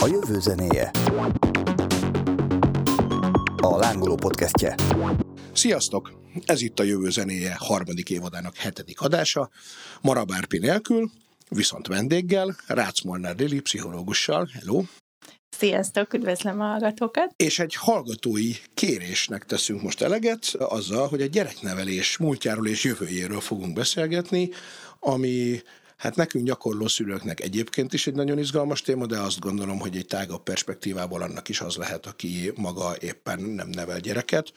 A jövő zenéje. A Lángoló podcastje. Sziasztok! Ez itt a Jövő zenéje harmadik évadának 7. adása. Mara Bárpi nélkül, viszont vendéggel, Rácz Molnár Lili pszichológussal. Hello! Sziasztok, üdvözlöm a hallgatókat! És egy hallgatói kérésnek teszünk most eleget azzal, hogy a gyereknevelés múltjáról és jövőjéről fogunk beszélgetni, ami hát nekünk gyakorló szülőknek egyébként is egy nagyon izgalmas téma, de azt gondolom, hogy egy tágabb perspektívából annak is az lehet, aki maga éppen nem nevel gyereket.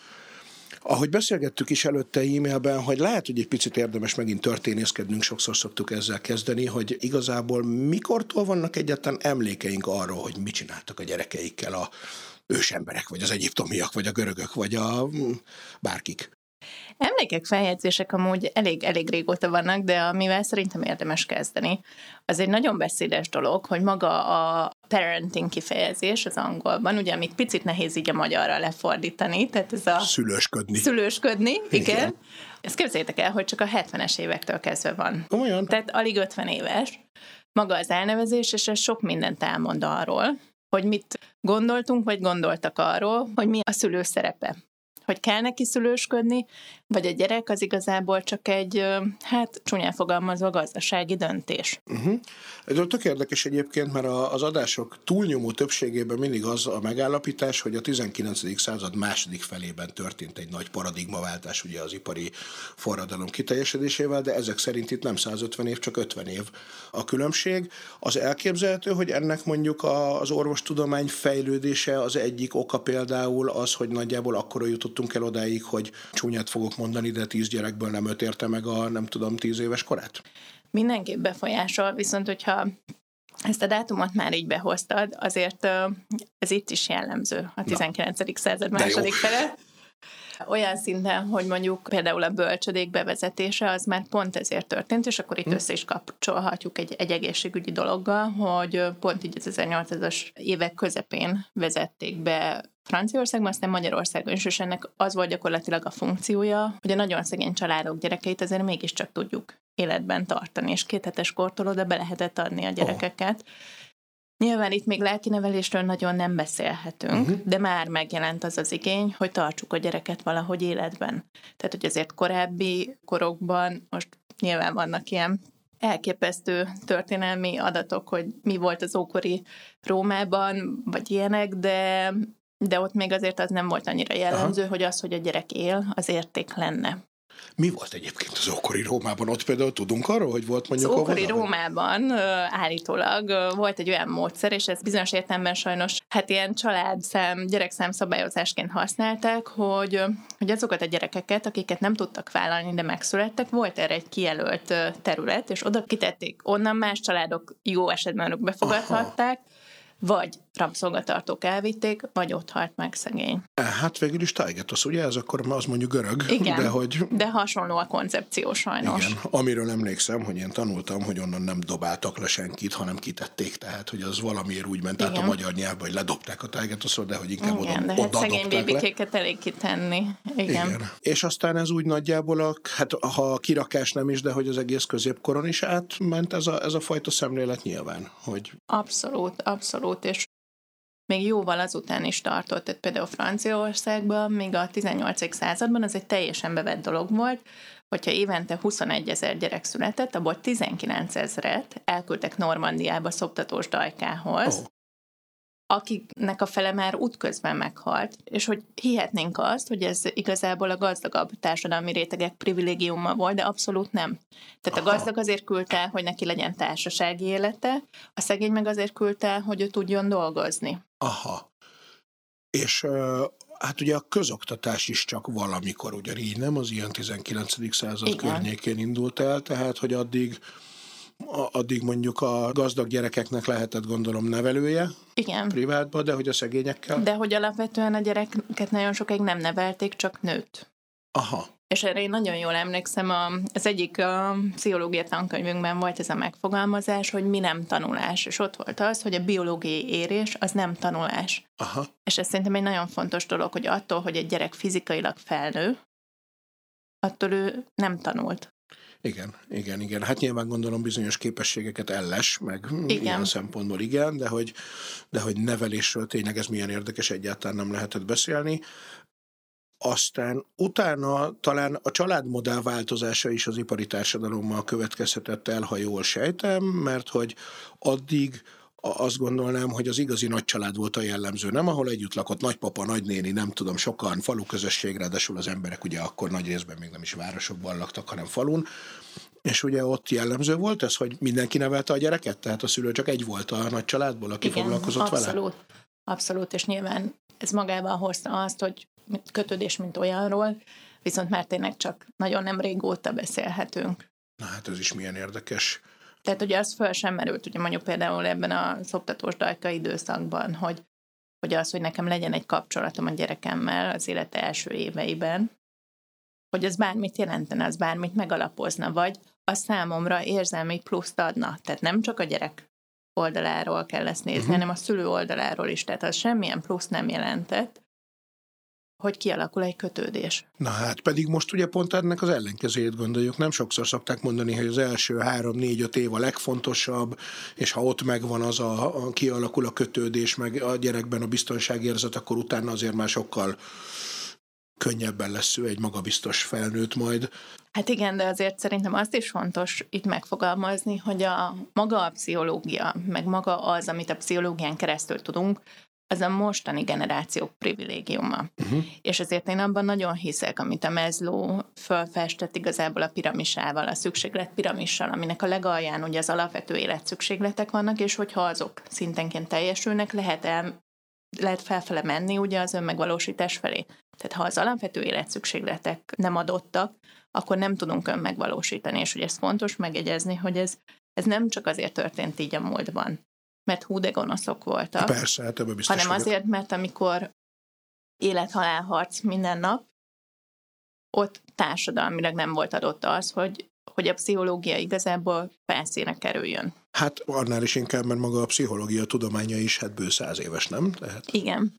Ahogy beszélgettük is előtte e-mailben, hogy lehet, hogy egy picit érdemes megint történészkednünk, sokszor szoktuk ezzel kezdeni, hogy igazából mikortól vannak egyáltalán emlékeink arról, hogy mit csináltak a gyerekeikkel a ősemberek, vagy az egyiptomiak, vagy a görögök, vagy a bárkik. Emlékek, feljegyzések amúgy elég régóta vannak, de amivel szerintem érdemes kezdeni, az egy nagyon beszédes dolog, hogy maga a parenting kifejezés az angolban, ugye amit picit nehéz így a magyarra lefordítani, tehát ez a... Szülősködni, igen. Ezt képzeljétek el, hogy csak a 70-es évektől kezdve van. Olyan? Tehát alig 50 éves. Maga az elnevezés, és ez sok mindent elmond arról, hogy mit gondoltunk, vagy gondoltak arról, hogy mi a szülő szerepe. Hogy kell neki szülősködni, vagy a gyerek az igazából csak egy, hát csúnyán fogalmazva, gazdasági döntés. Ez tök érdekes egyébként, mert az adások túlnyomó többségében mindig az a megállapítás, hogy a 19. század második felében történt egy nagy paradigmaváltás ugye az ipari forradalom kiteljesedésével, de ezek szerint itt nem 150 év, csak 50 év a különbség. Az elképzelhető, hogy ennek mondjuk az orvostudomány fejlődése az egyik oka például az, hogy nagyjából akkora jutottunk el odáig, hogy csúnyát fogok mondani, de 10 gyerekből nem 5 érte meg a, nem tudom, 10 éves korát? Mindenképp befolyásol, viszont hogyha ezt a dátumot már így behoztad, azért ez itt is jellemző a 19. század második fele. Olyan szinten, hogy mondjuk például a bölcsödék bevezetése az már pont ezért történt, és akkor itt össze is kapcsolhatjuk egy egészségügyi dologgal, hogy pont így az 1800-as évek közepén vezették be Franciaországban, aztán Magyarországon is, és ennek az volt gyakorlatilag a funkciója, hogy a nagyon szegény családok gyerekeit azért mégiscsak tudjuk életben tartani, és 2 hetes kortól oda be lehetett adni a gyerekeket. Nyilván itt még lelkinevelésről nagyon nem beszélhetünk, de már megjelent az az igény, hogy tartsuk a gyereket valahogy életben. Tehát, hogy azért korábbi korokban, most nyilván vannak ilyen elképesztő történelmi adatok, hogy mi volt az ókori Rómában, vagy ilyenek, de ott még azért az nem volt annyira jellemző, hogy az, hogy a gyerek él, az érték lenne. Mi volt egyébként az ókori Rómában? Ott például tudunk arról, hogy volt mondjuk... Az ókori Rómában állítólag volt egy olyan módszer, és ez bizonyos értelemben sajnos hát ilyen gyerekszám szabályozásként használták, hogy azokat a gyerekeket, akiket nem tudtak vállalni, de megszülettek, volt erre egy kijelölt terület, és oda kitették. Onnan más családok jó esetben ők befogadhatták, vagy rabszolgatartók elvitték, vagy ott halt meg szegény. Hát végül is tájgetosz, ugye? Ez akkor az mondjuk görög. Igen, de hasonló a koncepció sajnos. Igen, amiről emlékszem, hogy én tanultam, hogy onnan nem dobáltak le senkit, hanem kitették, tehát hogy az valamiért úgy ment át a magyar nyelvbe, hogy ledobták a tájgetoszról, de hogy inkább igen, de hát szegény bébikéket elég kitenni. Igen. És aztán ez úgy nagyjából, hát ha a kirakás nem is, de hogy az egész középkoron is átment ez a fajta szemlélet nyilván. Hogy... Abszolút, és még jóval azután is tartott, tehát például Franciaországban, még a 18. században az egy teljesen bevett dolog volt, hogyha évente 21 000 gyerek született, abból 19 000-et elküldtek Normandiába szoptatós dajkához, akiknek a fele már útközben meghalt, és hogy hihetnénk azt, hogy ez igazából a gazdagabb társadalmi rétegek privilégiuma volt, de abszolút nem. Tehát a gazdag azért küldte, hogy neki legyen társasági élete, a szegény meg azért küldte, hogy ő tudjon dolgozni. És hát ugye a közoktatás is csak valamikor ugyanígy, nem? Az ilyen 19. század környékén indult el, tehát hogy addig mondjuk a gazdag gyerekeknek lehetett, gondolom, nevelője privátban, de hogy a szegényekkel? De hogy alapvetően a gyereket nagyon sokáig nem nevelték, csak nőt. És erre én nagyon jól emlékszem, az egyik pszichológia tankönyvünkben volt ez a megfogalmazás, hogy mi nem tanulás, és ott volt az, hogy a biológiai érés az nem tanulás. És ez szerintem egy nagyon fontos dolog, hogy attól, hogy egy gyerek fizikailag felnő, attól ő nem tanult. Igen. Hát nyilván gondolom bizonyos képességeket elles, meg Igen. ilyen szempontból igen, de hogy nevelésről tényleg ez milyen érdekes, egyáltalán nem lehetett beszélni. Aztán utána talán a családmodell változása is az ipari társadalommal következhetett el, ha jól sejtem, mert hogy addig azt gondolnám, hogy az igazi nagy család volt a jellemző, nem ahol együtt lakott nagypapa, nagynéni, nem tudom, sokan, faluközösség, ráadásul az emberek ugye akkor nagy részben még nem is városokban laktak, hanem falun, és ugye ott jellemző volt ez, hogy mindenki nevelte a gyereket, tehát a szülő csak egy volt a nagy családból, aki foglalkozott vele? Abszolút, és nyilván ez magával hozta azt, hogy kötődés mint olyanról, viszont már tényleg csak nagyon nem régóta beszélhetünk. Na hát ez is milyen érdekes. Tehát ugye az föl sem merült, ugye mondjuk például ebben az oktatós dajka időszakban, hogy az, hogy nekem legyen egy kapcsolatom a gyerekemmel az élete első éveiben, hogy az bármit jelentene, az bármit megalapozna, vagy az számomra érzelmi pluszt adna. Tehát nem csak a gyerek oldaláról kell ezt nézni, hanem a szülő oldaláról is. Tehát az semmilyen plusz nem jelentett, hogy kialakul egy kötődés. Na hát, pedig most ugye pont ennek az ellenkezőjét gondoljuk. Nem sokszor szokták mondani, hogy az első 3-4-5 év a legfontosabb, és ha ott megvan az kialakul a kötődés, meg a gyerekben a biztonságérzet, akkor utána azért már sokkal könnyebben lesz ő egy magabiztos felnőtt majd. Hát igen, de azért szerintem azt is fontos itt megfogalmazni, hogy maga a pszichológia, meg maga az, amit a pszichológián keresztül tudunk, az a mostani generációk privilégiuma. És azért én abban nagyon hiszek, amit a Maslow fölfestett igazából a piramisával, a szükséglet piramissal, aminek a legalján ugye az alapvető életszükségletek vannak, és hogyha azok szintenként teljesülnek, lehet felfele menni ugye az önmegvalósítás felé. Tehát ha az alapvető életszükségletek nem adottak, akkor nem tudunk önmegvalósítani, és ugye ez fontos megjegyezni, hogy ez nem csak azért történt így a múltban, mert hú de gonoszok voltak. Persze, hát ebben biztos hanem azért, mert amikor élet-halál-harc minden nap, ott társadalmilag nem volt adott az, hogy a pszichológia igazából felszínre kerüljön. Hát annál is inkább, mert maga a pszichológia tudománya is hát bő 100 éves, nem? Tehát igen.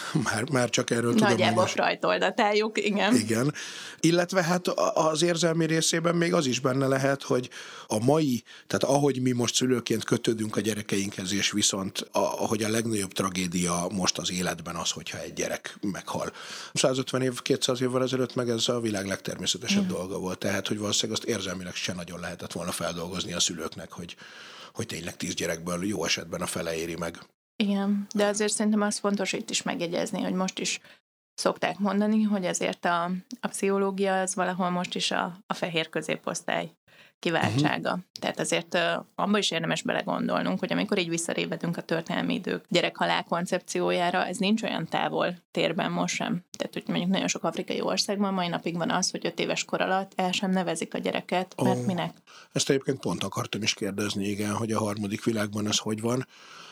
Már csak erről nagyjából Freud-tól datáljuk, igen. Igen. Illetve hát az érzelmi részében még az is benne lehet, hogy a mai, tehát ahogy mi most szülőként kötődünk a gyerekeinkhez, és viszont ahogy a legnagyobb tragédia most az életben az, hogyha egy gyerek meghal. 150 év, 200 évvel ezelőtt meg ez a világ legtermészetesebb dolga volt. Tehát, hogy valószínűleg azt érzelmileg se nagyon lehetett volna feldolgozni a szülőknek, hogy tényleg 10 gyerekből jó esetben a fele éri meg. Igen, de azért szerintem az fontos itt is megjegyezni, hogy most is szokták mondani, hogy azért a pszichológia az valahol most is a fehér középosztály kiváltsága. Tehát azért abba is érdemes belegondolnunk, hogy amikor így visszarévedünk a történelmi idők gyerekhalál koncepciójára, ez nincs olyan távol térben most sem. Tehát, hogy mondjuk nagyon sok afrikai országban mai napig van az, hogy 5 éves kor alatt el sem nevezik a gyereket, mert minek? Ezt egyébként pont akartam is kérdezni, igen, hogy a harmadik világban ez hogy van.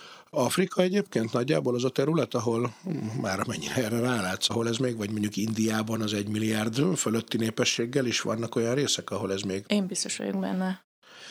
Afrika egyébként nagyjából az a terület, ahol már amennyire erre rálátsz, ahol ez még, vagy mondjuk Indiában az 1 milliárd fölötti népességgel is vannak olyan részek, ahol ez még... Én biztos vagyok benne.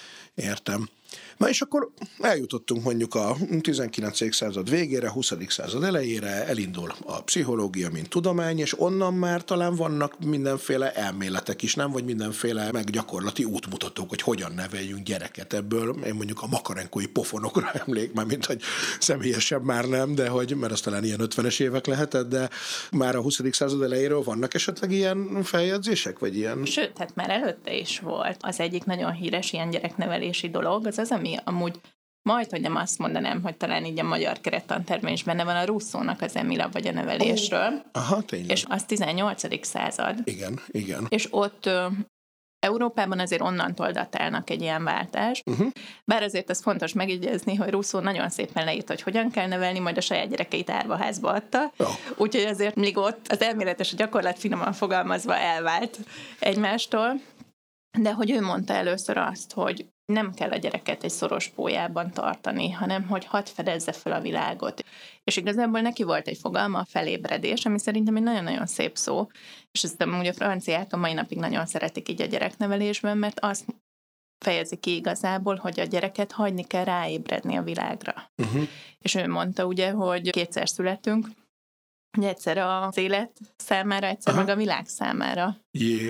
Értem. Na és akkor eljutottunk mondjuk a 19. század végére, 20. század elejére, elindul a pszichológia, mint tudomány, és onnan már talán vannak mindenféle elméletek is, nem? Vagy mindenféle meggyakorlati útmutatók, hogy hogyan neveljünk gyereket ebből. Én mondjuk a makarenkói pofonokra emlék, már mint hogy személyesen már nem, de hogy, mert az talán ilyen 50-es évek lehetett, de már a 20. század elejéről vannak esetleg ilyen feljegyzések, vagy ilyen? Sőt, hát már előtte is volt. Az egyik nagyon híres ilyen gyereknevelési dolog, az, ami amúgy majdhogy nem azt mondanám, hogy talán így a magyar kerettantervben is benne van a Rousseau-nak az Emila vagy a nevelésről. Aha, tényleg. És az 18. század. Igen. És ott Európában azért onnantól datálnak egy ilyen váltást. Bár azért az fontos megjegyezni, hogy Rousseau nagyon szépen leírt, hogy hogyan kell nevelni, majd a saját gyerekeit árvaházba adta. Úgyhogy azért még ott az elméletes, a gyakorlat finoman fogalmazva elvált egymástól. De hogy ő mondta először azt, hogy nem kell a gyereket egy szoros pólyában tartani, hanem hogy hadd fedezze fel a világot. És igazából neki volt egy fogalma, a felébredés, ami szerintem egy nagyon-nagyon szép szó, és ezt amúgy a franciák a mai napig nagyon szeretik így a gyereknevelésben, mert azt fejezi ki igazából, hogy a gyereket hagyni kell ráébredni a világra. És ő mondta ugye, hogy 2-szer születünk, hogy egyszer az élet számára, egyszer meg a világ számára.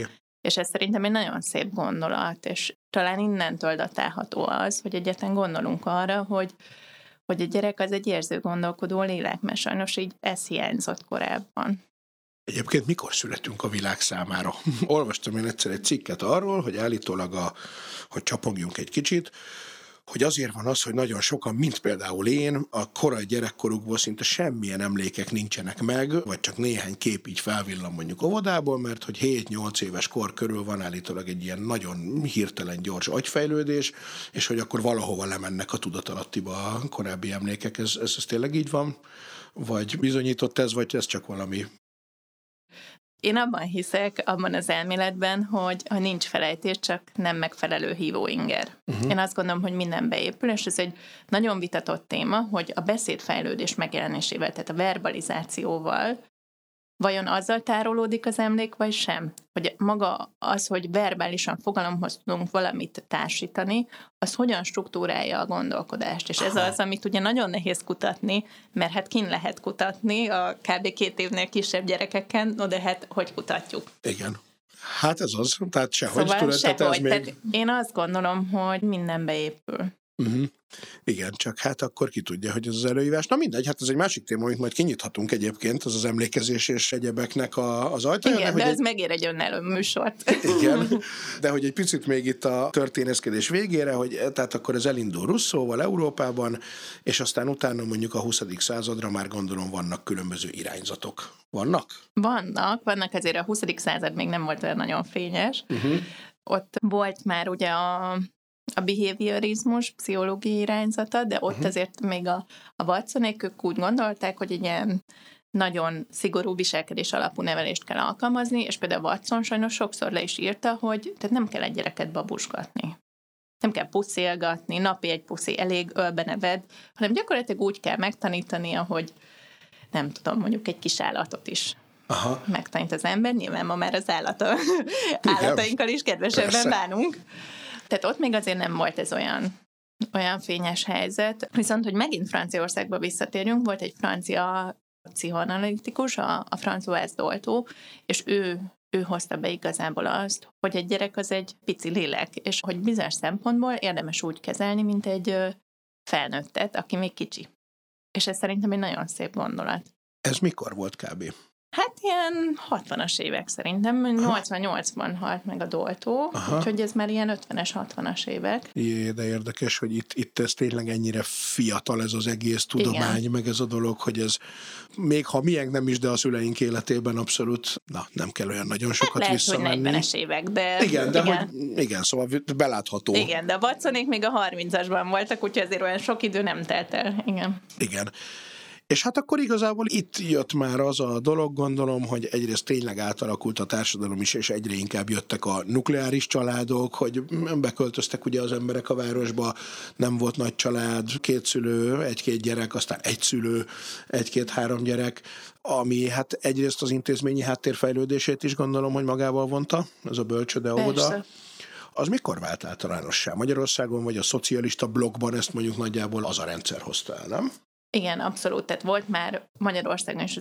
És ez szerintem egy nagyon szép gondolat, és talán innentől datálható az, hogy egyáltalán gondolunk arra, hogy a gyerek az egy érző, gondolkodó lélek, mert sajnos így ez hiányzott korábban. Egyébként mikor születünk a világ számára? Olvastam én egyszer egy cikket arról, hogy állítólag, hogy csapogjunk egy kicsit, hogy azért van az, hogy nagyon sokan, mint például én, a korai gyerekkorukból szinte semmilyen emlékek nincsenek meg, vagy csak néhány kép így felvillan mondjuk óvodából, mert hogy 7-8 éves kor körül van állítólag egy ilyen nagyon hirtelen gyors agyfejlődés, és hogy akkor valahova lemennek a tudatalattiba a korábbi emlékek. Ez tényleg így van? Vagy bizonyított ez, vagy ez csak valami? Én abban hiszek, abban az elméletben, hogy ha nincs felejtés, csak nem megfelelő hívóinger. Én azt gondolom, hogy minden beépül, és ez egy nagyon vitatott téma, hogy a beszédfejlődés megjelenésével, tehát a verbalizációval vajon azzal tárolódik az emlék, vagy sem? Hogy maga az, hogy verbálisan fogalomhoz tudunk valamit társítani, az hogyan struktúrálja a gondolkodást. És ez az, amit ugye nagyon nehéz kutatni, mert hát kin lehet kutatni a kb. 2 évnél kisebb gyerekeken, no de hát hogy kutatjuk? Igen. Hát ez az, tehát sehogy. Szóval sehogy. Tehát én azt gondolom, hogy minden beépül. Igen, csak hát akkor ki tudja, hogy ez az előhívás. Na mindegy, hát ez egy másik téma, amit majd kinyithatunk egyébként, az emlékezés és egyebeknek az ajtaja. Igen, de ez megér egy önálló műsort. Igen, de hogy egy picit még itt a történészkedés végére, hogy tehát akkor ez elindul Rousseauval Európában, és aztán utána mondjuk a 20. századra már gondolom vannak különböző irányzatok. Vannak? Vannak, azért a 20. század még nem volt olyan nagyon fényes. Ott volt már ugye a behaviorizmus, pszichológiai irányzata, de ott azért még a Watsonék ők úgy gondolták, hogy egy ilyen nagyon szigorú viselkedés alapú nevelést kell alkalmazni, és például Watson sajnos sokszor le is írta, hogy tehát nem kell egy gyereket babusgatni. Nem kell puszilgatni, napi egy puszi elég, ölbe neved, hanem gyakorlatilag úgy kell megtanítani, ahogy nem tudom, mondjuk egy kis állatot is megtanít az ember. Nyilván ma már az állatainkkal is kedvesebben bánunk. Tehát ott még azért nem volt ez olyan fényes helyzet. Viszont, hogy megint Franciaországba visszatérjünk, volt egy francia pszichoanalitikus, a François Dolto, és ő hozta be igazából azt, hogy egy gyerek az egy pici lélek, és hogy bizonyos szempontból érdemes úgy kezelni, mint egy felnőttet, aki még kicsi. És ez szerintem egy nagyon szép gondolat. Ez mikor volt kb.? Hát ilyen 60-as évek szerintem, 88-ban halt meg a Dolto, úgyhogy ez már ilyen 50-es, 60-as évek. Jé, de érdekes, hogy itt ez tényleg ennyire fiatal ez az egész tudomány, igen, meg ez a dolog, hogy ez még ha miénk nem is, de a szüleink életében abszolút, nem kell olyan nagyon sokat lehet, visszamenni. Lehet, hogy 40-es évek, de... Igen, szóval belátható. Igen, de a Watsonék még a 30-asban voltak, úgyhogy azért olyan sok idő nem telt el. Igen. És hát akkor igazából itt jött már az a dolog, gondolom, hogy egyrészt tényleg átalakult a társadalom is, és egyre inkább jöttek a nukleáris családok, hogy beköltöztek ugye az emberek a városba, nem volt nagy család, 2 szülő, 1-2 gyerek, aztán 1 szülő, 1-2-3 gyerek, ami hát egyrészt az intézményi háttérfejlődését is gondolom, hogy magával vonta, ez a bölcsöde óvoda. Az mikor vált általánossá? Magyarországon vagy a szocialista blokkban ezt mondjuk nagyjából az a rendszer hozta el, nem? Igen, abszolút. Tehát volt már Magyarországon is az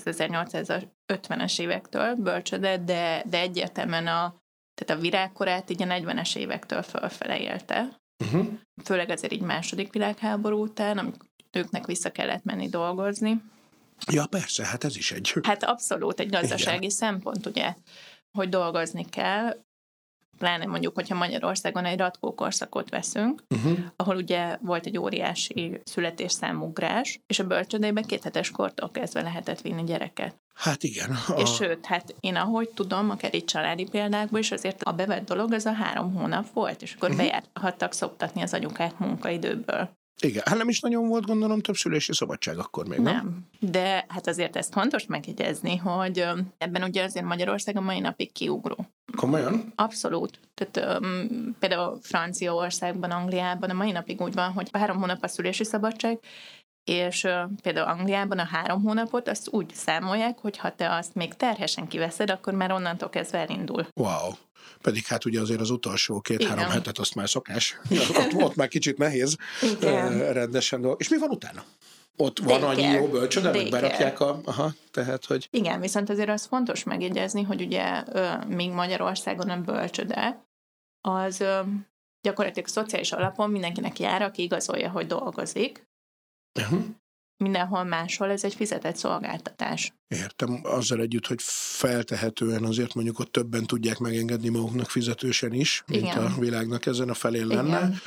1850-es évektől bölcsöde, de egyértelműen tehát a virágkorát így a 40-es évektől fölfele élte. Főleg azért így második világháború után, amikor őknek vissza kellett menni dolgozni. Ja, persze, hát ez is egy... Hát abszolút egy gazdasági szempont, ugye, hogy dolgozni kell. Pláne mondjuk, hogyha Magyarországon egy ratkókorszakot veszünk, ahol ugye volt egy óriási születésszámugrás, és a bölcsödébe 2 hetes kortól kezdve lehetett vinni gyereket. Hát igen. És sőt, hát én ahogy tudom, akár itt családi példákból is azért a bevett dolog az a 3 hónap volt, és akkor bejárhattak szoptatni az anyukát munkaidőből. Igen, hát nem is nagyon volt, gondolom, több szülési szabadság akkor még, nem? De hát azért ezt fontos megjegyezni, hogy ebben ugye azért Magyarország a mai napig kiugró. Komolyan? Abszolút. Tehát például Franciaországban, Angliában a mai napig úgy van, hogy 3 hónap a szülési szabadság, és például Angliában a 3 hónapot azt úgy számolják, hogy ha te azt még terhesen kiveszed, akkor már onnantól kezdve elindul. Wow. Pedig hát ugye azért az utolsó 2-3 hetet azt már szokás. Ott már kicsit nehéz rendesen dolgozni. És mi van utána? ott van annyi jó bölcsöde, hogy Daycare. berakják tehát, hogy... Igen, viszont azért az fontos megjegyezni, hogy ugye még Magyarországon a bölcsöde, az gyakorlatilag szociális alapon mindenkinek jár, aki igazolja, hogy dolgozik. Mindenhol máshol ez egy fizetett szolgáltatás. Értem, azzal együtt, hogy feltehetően azért mondjuk ott többen tudják megengedni maguknak fizetősen is, mint Igen. a világnak ezen a felén lenne. Igen.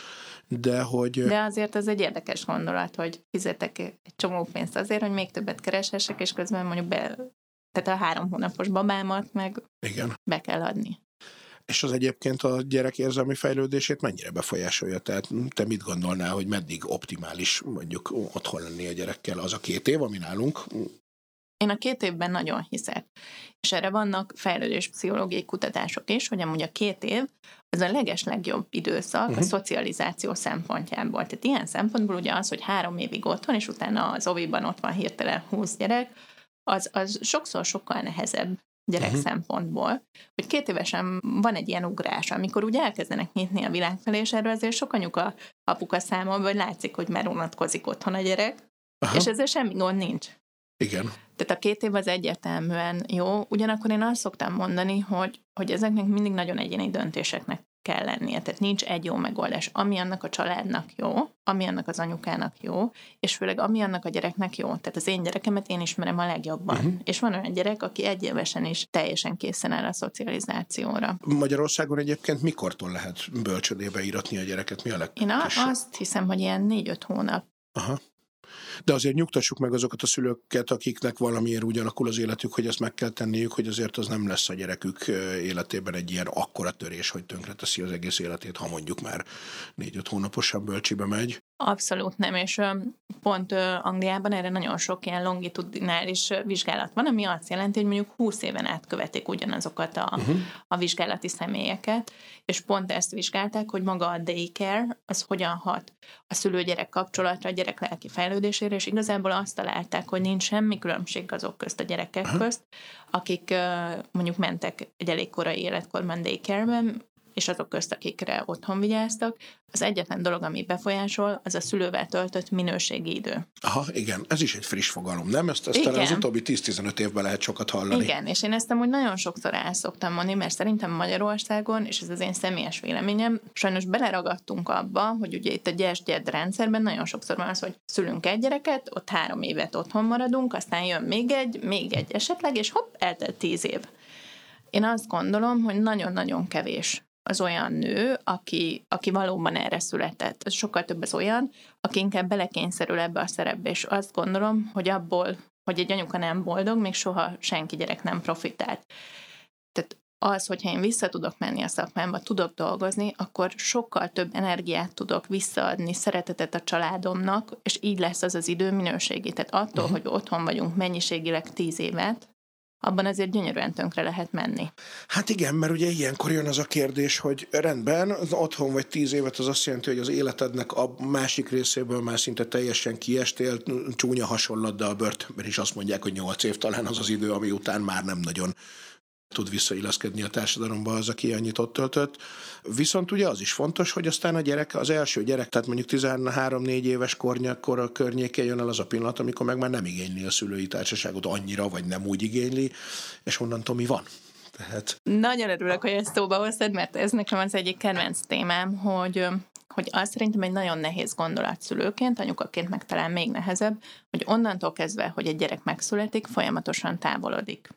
De azért ez egy érdekes gondolat, hogy fizetek egy csomó pénzt azért, hogy még többet kereshessek, és közben mondjuk tehát a 3 hónapos babámat meg igen. be kell adni. És az egyébként a gyerek érzelmi fejlődését mennyire befolyásolja? Tehát te mit gondolnál, hogy meddig optimális mondjuk otthon lenni a gyerekkel? Az a 2 év, ami nálunk? Én a 2 évben nagyon hiszek. És erre vannak fejlődéspszichológiai kutatások is, hogy amúgy a 2 év az a legeslegjobb időszak a szocializáció szempontjából. Tehát ilyen szempontból ugye az, hogy 3 évig otthon, és utána az oviban ott van hirtelen 20 gyerek, az sokszor sokkal nehezebb gyerek szempontból, hogy 2 évesen van egy ilyen ugrás, amikor úgy elkezdenek nyitni a világ felé, és erről azért sok anyuka, apuka számol, hogy látszik, hogy már unatkozik otthon a gyerek, és ezzel semmi gond nincs. Igen. Tehát a 2 év az egyértelműen jó, ugyanakkor én azt szoktam mondani, hogy ezeknek mindig nagyon egyéni döntéseknek kell lennie. Tehát nincs egy jó megoldás. Ami annak a családnak jó, ami annak az anyukának jó, és főleg ami annak a gyereknek jó. Tehát az én gyerekemet én ismerem a legjobban. És van olyan gyerek, aki 1 évesen is teljesen készen áll a szocializációra. Magyarországon egyébként mikortól lehet bölcsödébe íratni a gyereket? Mi a Én azt hiszem, hogy ilyen 4-5 hónap. Aha. De azért nyugtassuk meg azokat a szülőket, akiknek valamiért úgy alakul az életük, hogy ezt meg kell tenniük, hogy azért az nem lesz a gyerekük életében egy ilyen akkora törés, hogy tönkreteszi az egész életét, ha mondjuk már 4-5 hónaposan bölcsibe megy. Abszolút nem, és pont Angliában erre nagyon sok ilyen longitudinális vizsgálat van, ami azt jelenti, hogy mondjuk 20 éven át követik ugyanazokat a vizsgálati személyeket, és pont ezt vizsgálták, hogy maga a daycare, az hogyan hat a szülő-gyerek kapcsolatra, a gyerek lelki fejlődésére, és igazából azt találták, hogy nincs semmi különbség azok közt a gyerekek közt, akik mondjuk mentek egy elég korai életkorban daycare-ben, és azok közt, akikre otthon vigyáztak. Az egyetlen dolog, ami befolyásol, az a szülővel töltött minőségi idő. Aha, igen, ez is egy friss fogalom, nem? Ezt talán az utóbbi 10-15 évben lehet sokat hallani. Igen, és én ezt amúgy nagyon sokszor el szoktam mondani, mert szerintem Magyarországon, és ez az én személyes véleményem, sajnos beleragadtunk abba, hogy ugye itt a gyers-gyed rendszerben nagyon sokszor van az, hogy szülünk egy gyereket, ott 3 évet otthon maradunk, aztán jön még egy esetleg, és hopp, eltelt 10 év. Én azt gondolom, hogy nagyon-nagyon kevés az olyan nő, aki valóban erre született. Sokkal több az olyan, aki inkább belekényszerül ebbe a szerepbe, és azt gondolom, hogy abból, hogy egy anyuka nem boldog, még soha senki gyerek nem profitált. Tehát az, hogyha én vissza tudok menni a szakmámba, tudok dolgozni, akkor sokkal több energiát tudok visszaadni, szeretetet a családomnak, és így lesz az idő minőségi. Tehát attól, hogy otthon vagyunk mennyiségileg 10 évet, abban azért gyönyörűen tönkre lehet menni. Hát igen, mert ugye ilyenkor jön az a kérdés, hogy rendben, az otthon vagy 10 évet, az azt jelenti, hogy az életednek a másik részéből már szinte teljesen kiestél, csúnya hasonlat, de a börtönben is azt mondják, hogy 8 év talán az az idő, ami után már nem nagyon tud visszailleszkedni a társadalomba az, aki annyit ott töltött. Viszont ugye az is fontos, hogy aztán a gyerek, az első gyerek, tehát mondjuk 13-4 éves kornyakor a környékén jön el az a pillanat, amikor meg már nem igényli a szülői társaságot annyira, vagy nem úgy igényli, és onnantól mi van? Tehát... Nagyon örülök, hogy ezt szóba hoztad, mert ez nekem az egyik kedvenc témám, hogy azt szerintem egy nagyon nehéz gondolat szülőként, anyukaként meg talán még nehezebb, hogy onnantól kezdve, hogy egy gyerek megszületik, folyamatosan távolodik.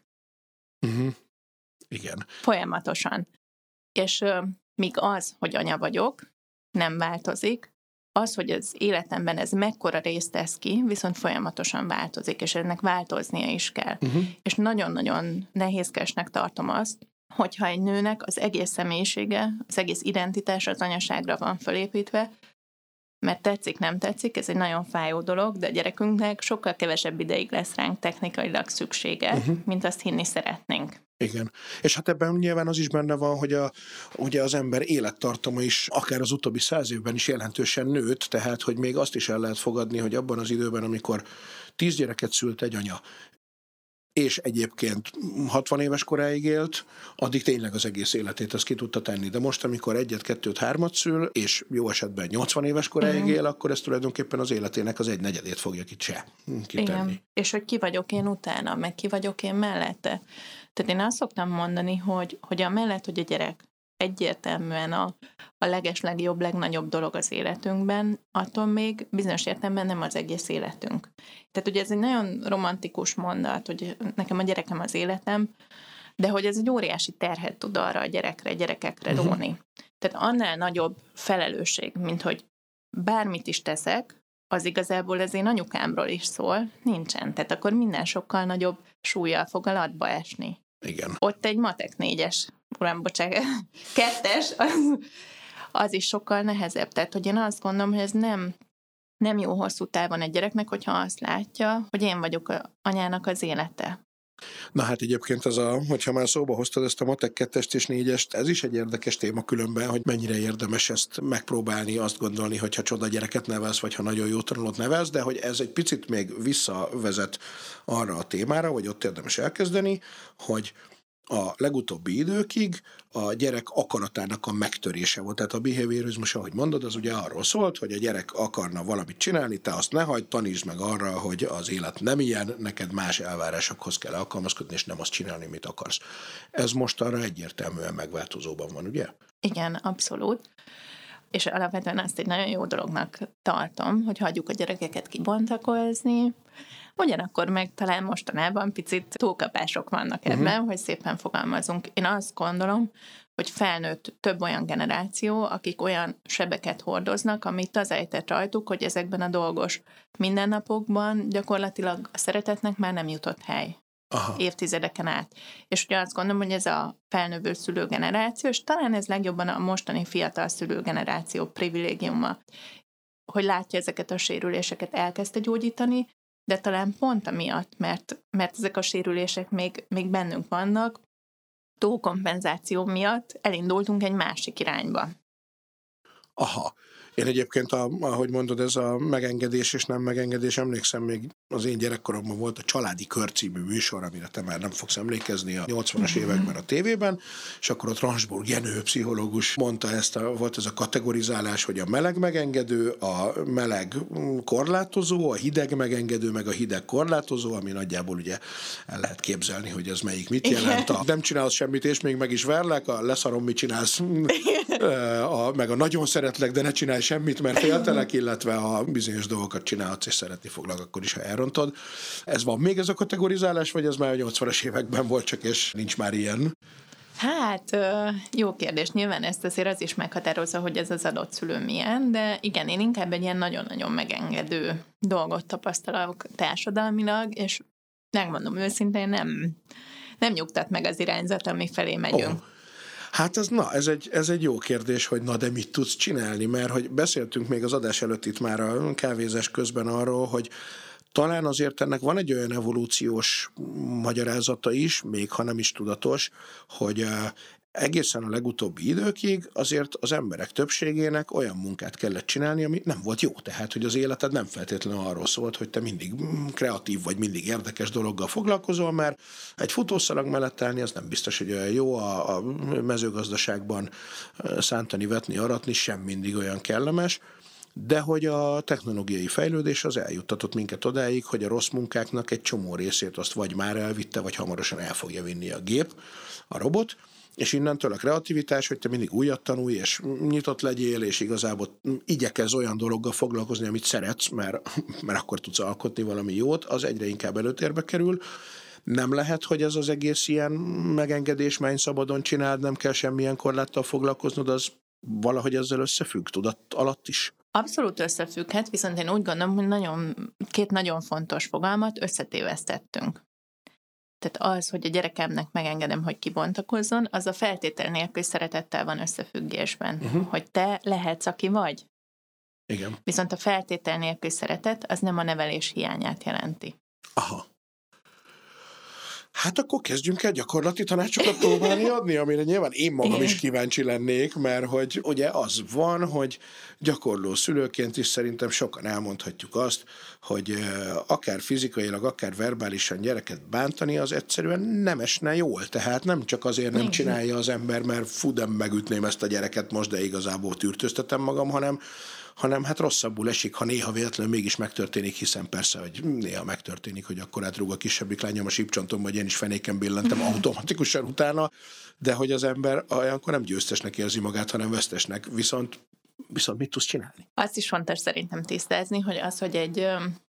Igen. Folyamatosan. És míg az, hogy anya vagyok, nem változik, az, hogy az életemben ez mekkora részt tesz ki, viszont folyamatosan változik, és ennek változnia is kell. És nagyon-nagyon nehézkesnek tartom azt, hogyha egy nőnek az egész személyisége, az egész identitás az anyaságra van felépítve, mert tetszik, nem tetszik, ez egy nagyon fájó dolog, de a gyerekünknek sokkal kevesebb ideig lesz ránk technikailag szüksége, mint azt hinni szeretnénk. Igen. És hát ebben nyilván az is benne van, hogy ugye az ember élettartama is akár az utóbbi 100 évben is jelentősen nőtt, tehát hogy még azt is el lehet fogadni, hogy abban az időben, amikor 10 gyereket szült egy anya, és egyébként 60 éves koráig élt, addig tényleg az egész életét azt ki tudta tenni. De most, amikor 1, 2, 3 szül, és jó esetben 80 éves koráig él, akkor ez tulajdonképpen az életének az 1/4 fogja kitenni. Igen. És hogy ki vagyok én utána, meg ki vagyok én mellette. Tehát én azt szoktam mondani, hogy amellett, hogy a gyerek egyértelműen a legeslegjobb, legnagyobb dolog az életünkben, attól még bizonyos értelemben nem az egész életünk. Tehát ugye ez egy nagyon romantikus mondat, hogy nekem a gyerekem az életem, de hogy ez egy óriási terhet tud arra a gyerekekre róni. Tehát annál nagyobb felelősség, mint hogy bármit is teszek, az igazából az én anyukámról is szól, nincsen. Tehát akkor minden sokkal nagyobb súllyal fog a latba esni. Igen. Ott egy matek 4-es, uram, bocsánat, 2-es, az is sokkal nehezebb. Tehát, hogy én azt gondolom, hogy ez nem jó hosszú távon egy gyereknek, hogyha azt látja, hogy én vagyok anyának az élete. Na hát egyébként hogyha már szóba hoztad ezt a matek 2-est és 4-est, ez is egy érdekes téma különben, hogy mennyire érdemes ezt megpróbálni, azt gondolni, hogyha csoda gyereket nevelsz, vagy ha nagyon jó tanulót nevelsz, de hogy ez egy picit még visszavezet arra a témára, vagy ott érdemes elkezdeni, hogy a legutóbbi időkig a gyerek akaratának a megtörése volt. Tehát a behaviorizmus, ahogy mondod, az ugye arról szólt, hogy a gyerek akarna valamit csinálni, te azt ne hagyd, tanítsd meg arra, hogy az élet nem ilyen, neked más elvárásokhoz kell alkalmazkodni, és nem azt csinálni, mit akarsz. Ez most arra egyértelműen megváltozóban van, ugye? Igen, abszolút. És alapvetően azt egy nagyon jó dolognak tartom, hogy hagyjuk a gyerekeket kibontakozni, ugyanakkor meg talán mostanában picit túlkapások vannak ebben, hogy szépen fogalmazunk. Én azt gondolom, hogy felnőtt több olyan generáció, akik olyan sebeket hordoznak, amit az ejtett rajtuk, hogy ezekben a dolgos mindennapokban gyakorlatilag a szeretetnek már nem jutott hely. Aha. Évtizedeken át. És ugye azt gondolom, hogy ez a felnövő szülőgeneráció, és talán ez legjobban a mostani fiatal szülőgeneráció privilégiuma, hogy látja ezeket a sérüléseket, elkezdte gyógyítani, de talán pont amiatt, mert ezek a sérülések még bennünk vannak, túlkompenzáció miatt elindultunk egy másik irányba. Aha. Én egyébként, ahogy mondod, ez a megengedés és nem megengedés, emlékszem, még az én gyerekkoromban volt a Családi Kör című műsor, amire te már nem fogsz emlékezni a 80-as években a tévében, és akkor ott Ransburg Jenő pszichológus mondta volt ez a kategorizálás, hogy a meleg megengedő, a meleg korlátozó, a hideg megengedő, meg a hideg korlátozó, ami nagyjából ugye el lehet képzelni, hogy ez melyik mit jelent. A nem csinálsz semmit, és még meg is verlek, a leszarom, mit csinálsz, meg a nagyon szeretlek, de ne csinálj semmit, mert féltelek, illetve ha bizonyos dolgokat csinálhatsz, és szeretni foglak, akkor is, ha elrontod. Ez van még ez a kategorizálás, vagy ez már a 80-as években volt csak, és nincs már ilyen? Hát, jó kérdés. Nyilván ezt azért az is meghatározza, hogy ez az adott szülő milyen, de igen, én inkább egy ilyen nagyon-nagyon megengedő dolgot tapasztalok társadalmilag, és megmondom őszintén, nem nyugtat meg az irányzat, ami felé megyünk. Oh. Hát ez egy jó kérdés, hogy de mit tudsz csinálni, mert hogy beszéltünk még az adás előtt itt már a kávézás közben arról, hogy talán azért ennek van egy olyan evolúciós magyarázata is, még ha nem is tudatos, hogy egészen a legutóbbi időkig azért az emberek többségének olyan munkát kellett csinálni, ami nem volt jó. Tehát, hogy az életed nem feltétlenül arról szólt, hogy te mindig kreatív vagy mindig érdekes dologgal foglalkozol, mert egy futószalag mellett állni, az nem biztos, hogy olyan jó. A mezőgazdaságban szántani, vetni, aratni sem mindig olyan kellemes, de hogy a technológiai fejlődés az eljuttatott minket odáig, hogy a rossz munkáknak egy csomó részét azt vagy már elvitte, vagy hamarosan el fogja vinni a gép, a robot, és innentől a kreativitás, hogy te mindig újat tanulj, és nyitott legyél, és igazából igyekezz olyan dologgal foglalkozni, amit szeretsz, mert akkor tudsz alkotni valami jót, az egyre inkább előtérbe kerül. Nem lehet, hogy ez az egész ilyen megengedés, menj szabadon csináld, nem kell semmilyen korláttal foglalkoznod, az valahogy ezzel összefügg, tudat alatt is? Abszolút összefügghet, viszont én úgy gondolom, hogy két nagyon fontos fogalmat összetévesztettünk. Tehát az, hogy a gyerekemnek megengedem, hogy kibontakozzon, az a feltétel nélkül szeretettel van összefüggésben. Hogy te lehetsz, aki vagy. Igen. Viszont a feltétel nélkül szeretet, az nem a nevelés hiányát jelenti. Aha. Hát akkor kezdjünk el gyakorlati tanácsokat próbálni adni, amire nyilván én magam is kíváncsi lennék, mert hogy ugye az van, hogy gyakorló szülőként is szerintem sokan elmondhatjuk azt, hogy akár fizikailag, akár verbálisan gyereket bántani, az egyszerűen nem esne jól. Tehát nem csak azért nem csinálja az ember, mert fú, de megütném ezt a gyereket most, de igazából tűrtőztetem magam, hanem hát rosszabbul esik, ha néha véletlenül mégis megtörténik, hiszen persze, hogy néha megtörténik, hogy akkor átrúg a kisebbik lányom a sípcsontom, vagy én is fenéken billentem automatikusan utána, de hogy az ember olyankor nem győztesnek érzi magát, hanem vesztesnek, viszont mit tudsz csinálni? Azt is fontos szerintem tisztázni, hogy az, hogy egy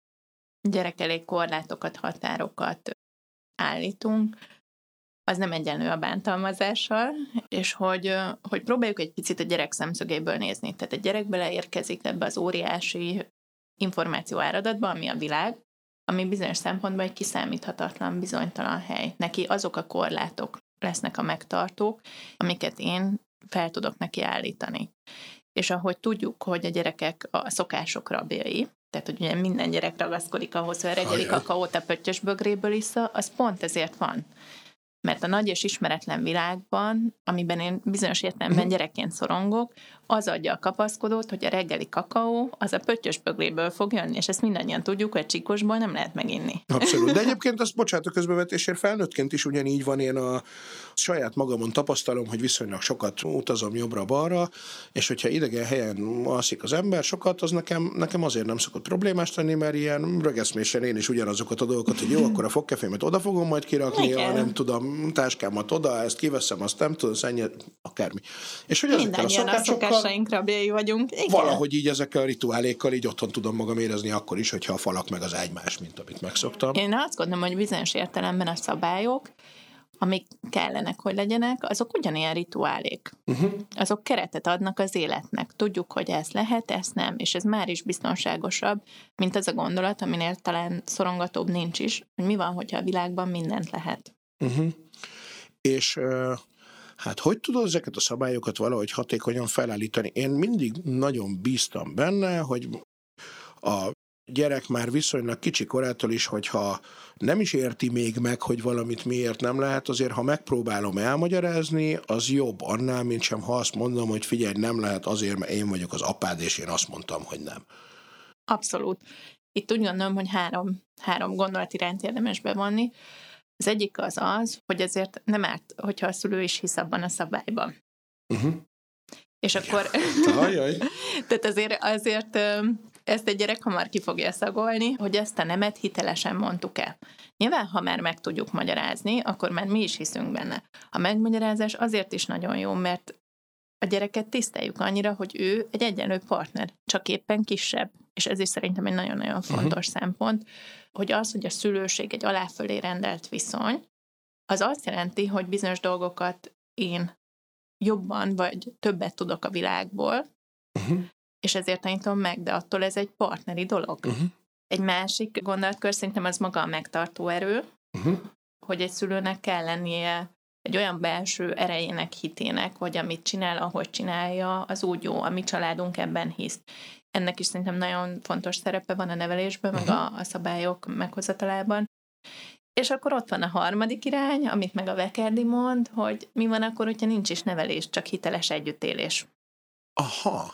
gyerek elé korlátokat, határokat állítunk, az nem egyenlő a bántalmazással, és hogy próbáljuk egy picit a gyerek szemszögéből nézni. Tehát a gyerek beleérkezik ebbe az óriási információ áradatba, ami a világ, ami bizonyos szempontból egy kiszámíthatatlan, bizonytalan hely. Neki azok a korlátok lesznek a megtartók, amiket én fel tudok neki állítani. És ahogy tudjuk, hogy a gyerekek a szokások rabjai, tehát hogy ugye minden gyerek ragaszkodik ahhoz, hogy a reggeli kakaót a pöttyös bögréből issza, az pont ezért van. Mert a nagy és ismeretlen világban, amiben én bizonyos értelemben gyerekként szorongok, az adja a kapaszkodót, hogy a reggeli kakaó az a pöttyös bögréből fog jönni, és ezt mindannyian tudjuk, hogy csikosból nem lehet meginni. Abszolút. De egyébként azt, bocsánat a közbevetésért, felnőttként is ugyanígy van, én a saját magamon tapasztalom, hogy viszonylag sokat utazom jobbra-balra, és hogyha idegen helyen alszik az ember sokat, az nekem azért nem szokott problémás lenni, mert ilyen rögeszmésen én is ugyanazokat a dolgokat, hogy jó, akkor a fogkefémet oda fogom majd kirakni, nem tudom, táskámat oda, ezt kiveszem, azt nem tudom, szennyet, akármi. És hogy ezekkel a szokásaink rabjai vagyunk. Igen. Valahogy így ezekkel a rituálékkal így otthon tudom magam érezni akkor is, hogyha a falak meg az ágy más, mint amit megszoktam. Én azt gondolom, hogy bizonyos értelemben a szabályok, amik kellenek, hogy legyenek, azok ugyanilyen rituálék. Azok keretet adnak az életnek. Tudjuk, hogy ez lehet, ez nem, és ez már is biztonságosabb, mint az a gondolat, aminél talán szorongatóbb nincs is, hogy mi van, hogyha a világban mindent lehet. És hát hogy tudod ezeket a szabályokat valahogy hatékonyan felállítani? Én mindig nagyon bíztam benne, hogy a gyerek már viszonylag kicsi korától is, hogyha nem is érti még meg, hogy valamit miért nem lehet, azért ha megpróbálom elmagyarázni, az jobb annál, mint sem, ha azt mondom, hogy figyelj, nem lehet azért, mert én vagyok az apád, és én azt mondtam, hogy nem. Abszolút. Itt úgy gondolom, hogy három gondolatirányt érdemes bevonni. Az egyik az, hogy azért nem árt, hogyha a szülő is hisz abban a szabályban. És akkor... Tehát azért ezt egy gyerek hamar ki fogja szagolni, hogy ezt a nemet hitelesen mondtuk el. Nyilván, ha már meg tudjuk magyarázni, akkor már mi is hiszünk benne. A megmagyarázás azért is nagyon jó, mert a gyereket tiszteljük annyira, hogy ő egy egyenlő partner, csak éppen kisebb. És ez is szerintem egy nagyon-nagyon fontos szempont, hogy az, hogy a szülőség egy aláfölé rendelt viszony, az azt jelenti, hogy bizonyos dolgokat én jobban vagy többet tudok a világból, és ezért tanítom meg, de attól ez egy partneri dolog. Egy másik gondolatkör szerintem az maga a megtartó erő, hogy egy szülőnek kell lennie egy olyan belső erejének, hitének, hogy amit csinál, ahogy csinálja, az úgy jó, a mi családunk ebben hisz. Ennek is szerintem nagyon fontos szerepe van a nevelésben, meg a szabályok meghozatalában. És akkor ott van a harmadik irány, amit meg a Vekerdi mond, hogy mi van akkor, hogyha nincs is nevelés, csak hiteles együttélés. Aha.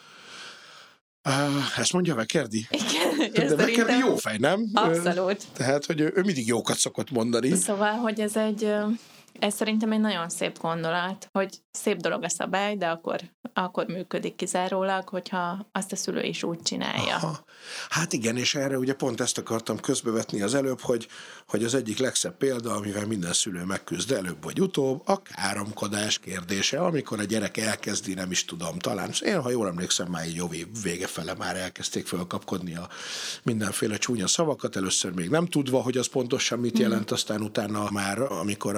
Ezt mondja Vekerdi? Igen. De Vekerdi jó fej, nem? Abszolút. Tehát, hogy ő mindig jókat szokott mondani. Szóval, hogy ez szerintem egy nagyon szép gondolat, hogy szép dolog a szabály, de akkor működik kizárólag, hogyha azt a szülő is úgy csinálja. Aha. Hát igen, és erre ugye pont ezt akartam közbevetni az előbb, hogy az egyik legszebb példa, amivel minden szülő megküzd előbb vagy utóbb, a káromkodás kérdése, amikor a gyerek elkezdi, nem is tudom, talán, én ha jól emlékszem, már így jó vége fele már elkezdték fölkapkodni a mindenféle csúnya szavakat, először még nem tudva, hogy az pontosan mit jelent, aztán utána már, amikor a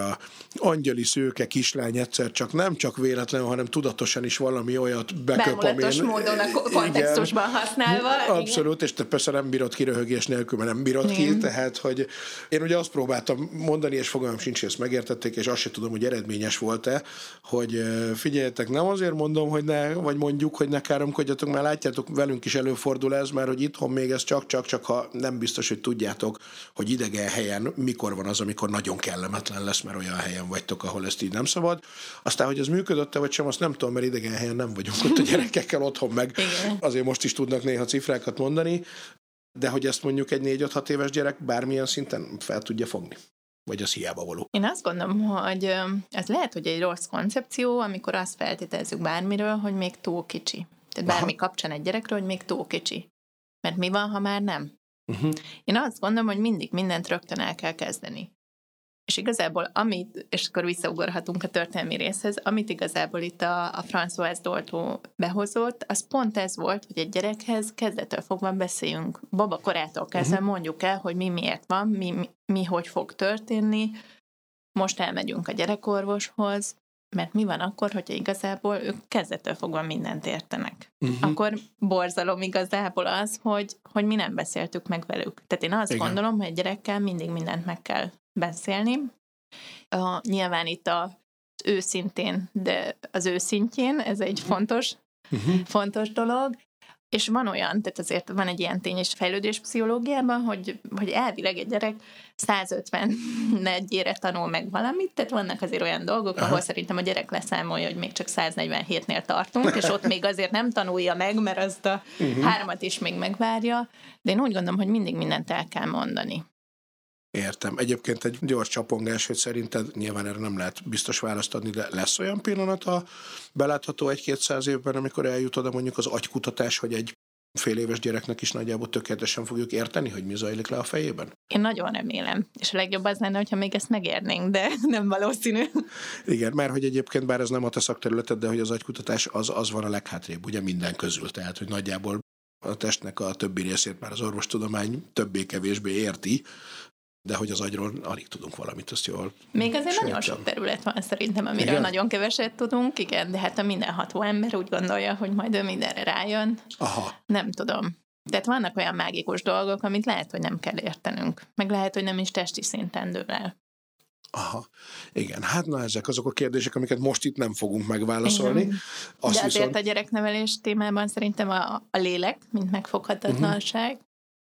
angyali szőke kislány egyszer csak nem csak véletlen, hanem tudatosan is valami olyat beköp, amin... módon a kontextusban használva. Abszolút, igen. És te persze nem bírod ki röhögés nélkül, mert nem bírod ki, tehát, hogy én ugye azt próbáltam mondani, és fogalmam sincs, hogy ezt megértették, és azt sem tudom, hogy eredményes volt-e, hogy figyeljetek, nem azért mondom, hogy ne, vagy mondjuk, hogy ne káromkodjatok, mert látjátok, velünk is előfordul ez, mert hogy itthon még ez csak ha nem biztos, hogy tudjátok, hogy idegen helyen mikor van az, amikor nagyon kellemetlen lesz, mert olyan helyen vagytok, ahol ezt így nem szabad. Aztán, hogy ez működött-e vagy sem, azt nem tudom, mert idegen helyen nem vagyunk ott a gyerekekkel otthon, meg igen. Azért most is tudnak néha cifrákat mondani, de hogy ezt mondjuk egy 4-5-6 éves gyerek bármilyen szinten fel tudja fogni. Vagy az hiába való. Én azt gondolom, hogy ez lehet, hogy egy rossz koncepció, amikor azt feltételezzük bármiről, hogy még túl kicsi. Tehát bármi kapcsán egy gyerekről, hogy még túl kicsi. Mert mi van, ha már nem? Én azt gondolom, hogy mindig mindent rögtön el kell kezdeni. És igazából és akkor visszaugorhatunk a történelmi részhez, amit igazából itt a François Dolto behozott, az pont ez volt, hogy egy gyerekhez kezdettől fogva beszéljünk. Baba korától kezdve mondjuk el, hogy mi miért van, mi hogy fog történni. Most elmegyünk a gyerekorvoshoz, mert mi van akkor, hogyha igazából ők kezdettől fogva mindent értenek. Akkor borzalom igazából az, hogy mi nem beszéltük meg velük. Tehát én azt gondolom, hogy egy gyerekkel mindig mindent meg kell beszélni. Nyilván itt az őszintén, de az őszintjén, ez egy fontos dolog. És van olyan, tehát azért van egy ilyen tény is fejlődéspszichológiában, hogy elvileg egy gyerek 151-ére tanul meg valamit, tehát vannak azért olyan dolgok, ahol szerintem a gyerek leszámolja, hogy még csak 147-nél tartunk, és ott még azért nem tanulja meg, mert azt a 3-at is még megvárja, de én úgy gondolom, hogy mindig mindent el kell mondani. Értem. Egyébként egy gyors csapongás, hogy szerinted nyilván erre nem lehet biztos választ adni, de lesz olyan pillanat a belátható 1-200 évben, amikor eljut oda mondjuk az agykutatás, hogy egy fél éves gyereknek is nagyjából tökéletesen fogjuk érteni, hogy mi zajlik le a fejében? Én nagyon remélem. És a legjobb az lenne, hogyha még ezt megérnénk, de nem valószínű. Igen, mert hogy egyébként bár ez nem a te szakterületed, de hogy az agykutatás az van a leghátrébb, ugye minden közül. Tehát, hogy nagyjából a testnek a többi részét már az orvostudomány többé-kevésbé érti, de hogy az agyról alig tudunk valamit, azt jól. Még azért nagyon sok terület van szerintem, amiről nagyon keveset tudunk, igen, de hát a mindenható ember úgy gondolja, hogy majd ő mindenre rájön. Nem tudom. Tehát vannak olyan mágikus dolgok, amit lehet, hogy nem kell értenünk. Meg lehet, hogy nem is testi szinten dől el. Igen, hát na ezek azok a kérdések, amiket most itt nem fogunk megválaszolni. De azért a gyereknevelés témában szerintem a lélek, mint megfoghatatlanság,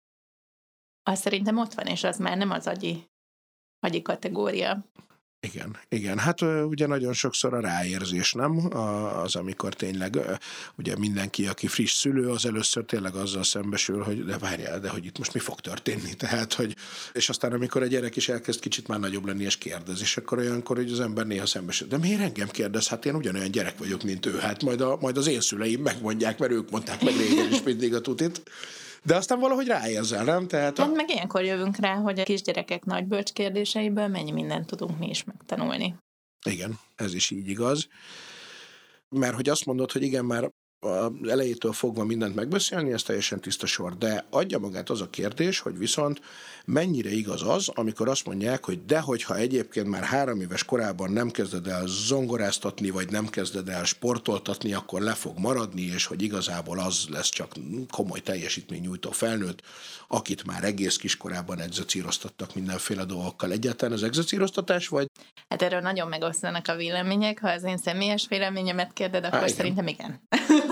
az szerintem ott van, és az már nem az agyi kategória. Igen. Hát ugye nagyon sokszor a ráérzés, nem? Az, amikor tényleg ugye mindenki, aki friss szülő, az először tényleg azzal szembesül, hogy de várjál, de hogy itt most mi fog történni? Tehát, hogy és aztán amikor a gyerek is elkezd kicsit már nagyobb lenni és kérdez, és akkor olyankor, hogy az ember néha szembesül. De miért engem kérdez? Hát én ugyanolyan gyerek vagyok, mint ő. Hát majd az én szüleim megmondják, mert ők mondták meg régen is mindig a tutit. De aztán valahogy ráérzel, nem? Tehát hát meg ilyenkor jövünk rá, hogy a kisgyerekek nagy bölcs kérdéseiből mennyi mindent tudunk mi is megtanulni. Igen, ez is így igaz. Mert hogy azt mondod, hogy igen, már az elejétől fogva mindent megbeszélni, ez teljesen tiszta sor. De adja magát az a kérdés, hogy viszont mennyire igaz az, amikor azt mondják, hogy hogyha egyébként már 3 éves korában nem kezded el zongoráztatni, vagy nem kezded el sportoltatni, akkor le fog maradni, és hogy igazából az lesz csak komoly teljesítménynyújtó felnőtt, akit már egész kiskorában egzecíroztattak mindenféle dolgokkal. Egyáltalán az egzecíroztatás, vagy? Hát erről nagyon megosztanak a vélemények. Ha az én személyes véleményemet kérded, akkor igen. Szerintem igen.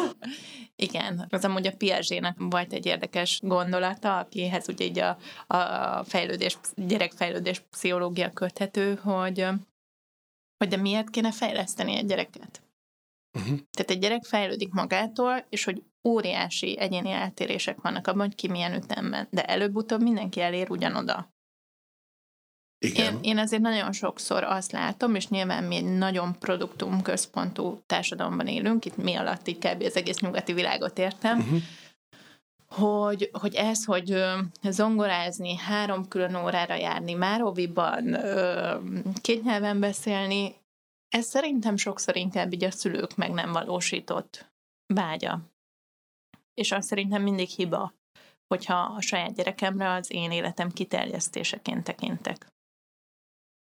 Igen, az amúgy a Piaget-nek volt egy érdekes gondolata, akihez ugye így a gyerekfejlődés pszichológia köthető, hogy de miért kéne fejleszteni egy gyereket? Tehát egy gyerek fejlődik magától, és hogy óriási egyéni eltérések vannak abban, hogy ki milyen ütemben, de előbb-utóbb mindenki elér ugyanoda. Én azért nagyon sokszor azt látom, és nyilván mi egy nagyon produktumközpontú társadalomban élünk, itt mi alatt így kb. Az egész nyugati világot értem, hogy zongorázni, 3 külön órára járni, már óviban, 2 nyelven beszélni, ez szerintem sokszor inkább így a szülők meg nem valósított vágya. És azt szerintem mindig hiba, hogyha a saját gyerekemre az én életem kiterjesztéseként tekintek.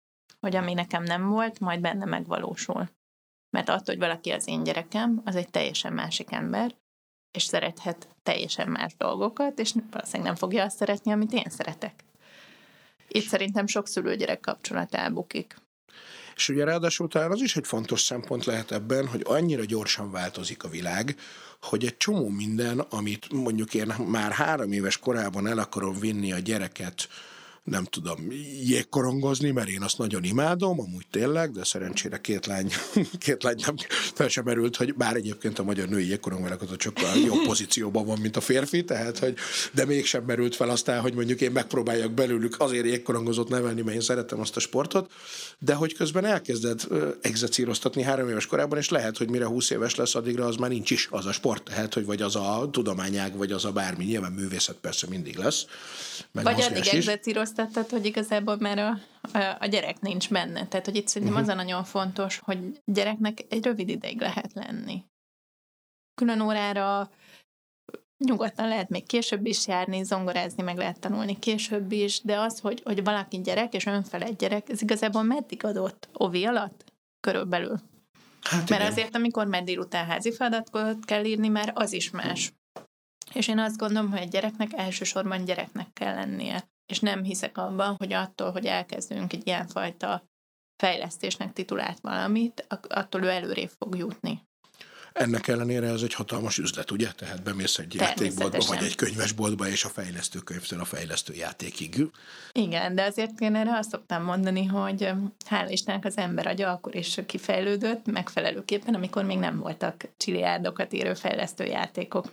hogy ami nekem nem volt, majd benne megvalósul. Mert attól, hogy valaki az én gyerekem, az egy teljesen másik ember, és szerethet teljesen más dolgokat, és valószínűleg nem fogja azt szeretni, amit én szeretek. Itt szerintem sok szülő-gyerek kapcsolat elbukik. És ugye ráadásul talán az is egy fontos szempont lehet ebben, hogy annyira gyorsan változik a világ, hogy egy csomó minden, amit mondjuk én már 3 éves korában el akarom vinni a gyereket, nem tudom, jégkorongozni, mert én azt nagyon imádom, amúgy tényleg, de szerencsére két lány nem fel sem merült, hogy bár egyébként a magyar női jégkorongválogatott sokkal jobb pozícióban van, mint a férfi, tehát, hogy de mégsem merült fel aztán, hogy mondjuk én megpróbáljak belőlük azért jégkorongozott nevelni, mert én szeretem azt a sportot, de hogy közben elkezded egzecíroztatni 3 éves korában, és lehet, hogy mire 20 éves lesz, addigra az már nincs is az a sport, tehát, hogy vagy az a tudományág, vagy az a bármi, nyilván művészet persze mindig lesz. Vagy addig egzecíroztattad, hogy igazából már a gyerek nincs benne. Tehát, hogy itt szerintem az a nagyon fontos, hogy gyereknek egy rövid ideig lehet lenni. Külön órára nyugodtan lehet még később is járni, zongorázni meg lehet tanulni később is, de az, hogy valaki gyerek és önfelett gyerek, ez igazából meddig adott? Ovi alatt? Körülbelül. Hát mert azért, amikor már délután házi feladatot kell írni, már az is más. És én azt gondolom, hogy egy gyereknek elsősorban gyereknek kell lennie. És nem hiszek abban, hogy attól, hogy elkezdünk egy ilyenfajta fejlesztésnek titulált valamit, attól ő előrébb fog jutni. Ennek ellenére ez egy hatalmas üzlet, ugye? Tehát bemész egy játékboltba, vagy egy könyvesboltba, és a fejlesztőkönyvtől a fejlesztő játékig. Igen, de azért én erre azt szoktam mondani, hogy hála Istennek az ember agya akkor is kifejlődött megfelelőképpen, amikor még nem voltak csiliárdokat érő fejlesztő játékok.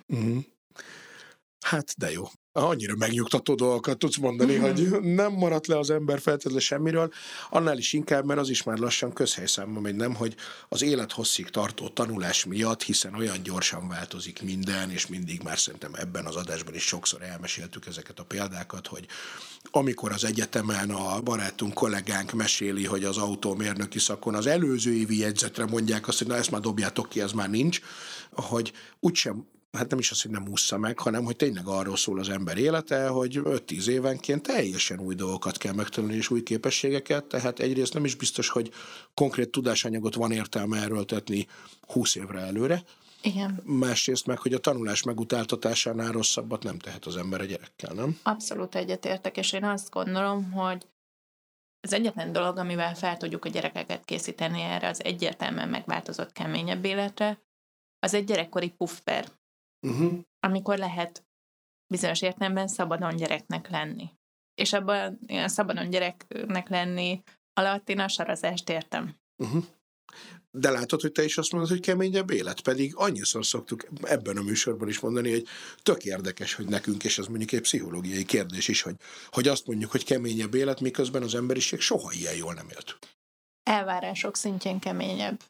Hát, de jó. Annyira megnyugtató dolgokat tudsz mondani, hogy nem maradt le az ember feltétlenül semmiről, annál is inkább, mert az is már lassan közhelyszámba megy, nem, hogy az élethosszig tartó tanulás miatt, hiszen olyan gyorsan változik minden, és mindig már szerintem ebben az adásban is sokszor elmeséltük ezeket a példákat, hogy amikor az egyetemen a barátunk, kollégánk meséli, hogy az autómérnöki szakon az előző évi jegyzetre mondják azt, hogy na ezt már dobjátok ki, ez már nincs, hogy úgysem, hát nem is az, hogy nem ússza meg, hanem hogy tényleg arról szól az ember élete, hogy 5-10 évenként teljesen új dolgokat kell megtanulni és új képességeket, tehát egyrészt nem is biztos, hogy konkrét tudásanyagot van értelme erőltetni 20 évre előre. Igen. Másrészt meg, hogy a tanulás megutáltatásánál rosszabbat nem tehet az ember a gyerekkel, nem? Abszolút egyetértek, és én azt gondolom, hogy az egyetlen dolog, amivel fel tudjuk a gyerekeket készíteni erre az egyértelműen megváltozott, keményebb életre, az egy gyerekkori puffer. Amikor lehet bizonyos értelemben szabadon gyereknek lenni. És abban a szabadon gyereknek lenni alatt én a sarazást értem. De látod, hogy te is azt mondod, hogy keményebb élet, pedig annyiszor szoktuk ebben a műsorban is mondani, hogy tök érdekes, hogy nekünk, és ez mondjuk egy pszichológiai kérdés is, hogy azt mondjuk, hogy keményebb élet, miközben az emberiség soha ilyen jól nem élt. Elvárások szintjén keményebb.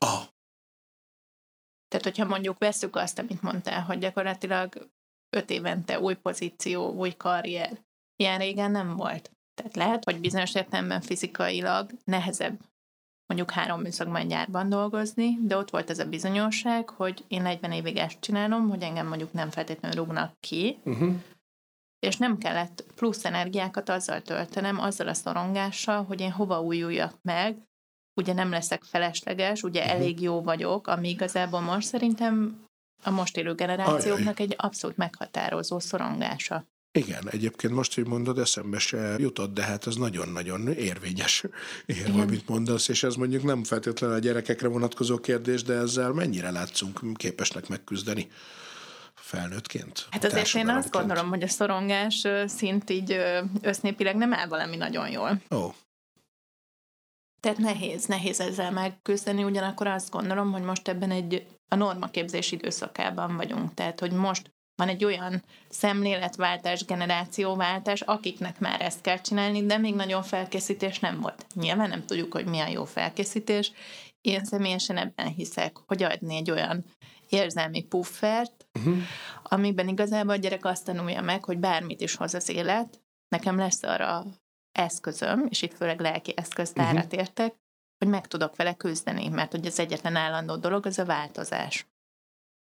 Tehát, hogyha mondjuk vesszük azt, amit mondtál, hogy gyakorlatilag 5 évente új pozíció, új karrier, ilyen régen nem volt. Tehát lehet, hogy bizonyos értelemben fizikailag nehezebb mondjuk 3 műszakban gyárban dolgozni, de ott volt ez a bizonyosság, hogy én 40 évig ezt csinálom, hogy engem mondjuk nem feltétlenül rúgnak ki, és nem kellett plusz energiákat azzal töltenem, azzal a szorongással, hogy én hova újuljak meg, ugye nem leszek felesleges, ugye elég jó vagyok, ami igazából most szerintem a most élő generációknak egy abszolút meghatározó szorongása. Igen, egyébként most, hogy mondod, eszembe se jutott, de hát ez nagyon-nagyon érvényes érve, amit mondasz, és ez mondjuk nem feltétlenül a gyerekekre vonatkozó kérdés, de ezzel mennyire látszunk képesnek megküzdeni felnőttként? Hát azért én azt gondolom, hogy a szorongás szint így össznépileg nem áll valami nagyon jól. Tehát nehéz ezzel megküzdeni, ugyanakkor azt gondolom, hogy most ebben a normaképzés időszakában vagyunk. Tehát, hogy most van egy olyan szemléletváltás, generációváltás, akiknek már ezt kell csinálni, de még nagyon felkészítés nem volt. Nyilván nem tudjuk, hogy milyen jó felkészítés. Én személyesen ebben hiszek, hogy adni egy olyan érzelmi puffert, amiben igazából a gyerek azt tanulja meg, hogy bármit is hoz az élet, nekem lesz arra eszközöm, és itt főleg lelki eszköztárat értek, hogy meg tudok vele küzdeni, mert hogy az egyetlen állandó dolog az a változás.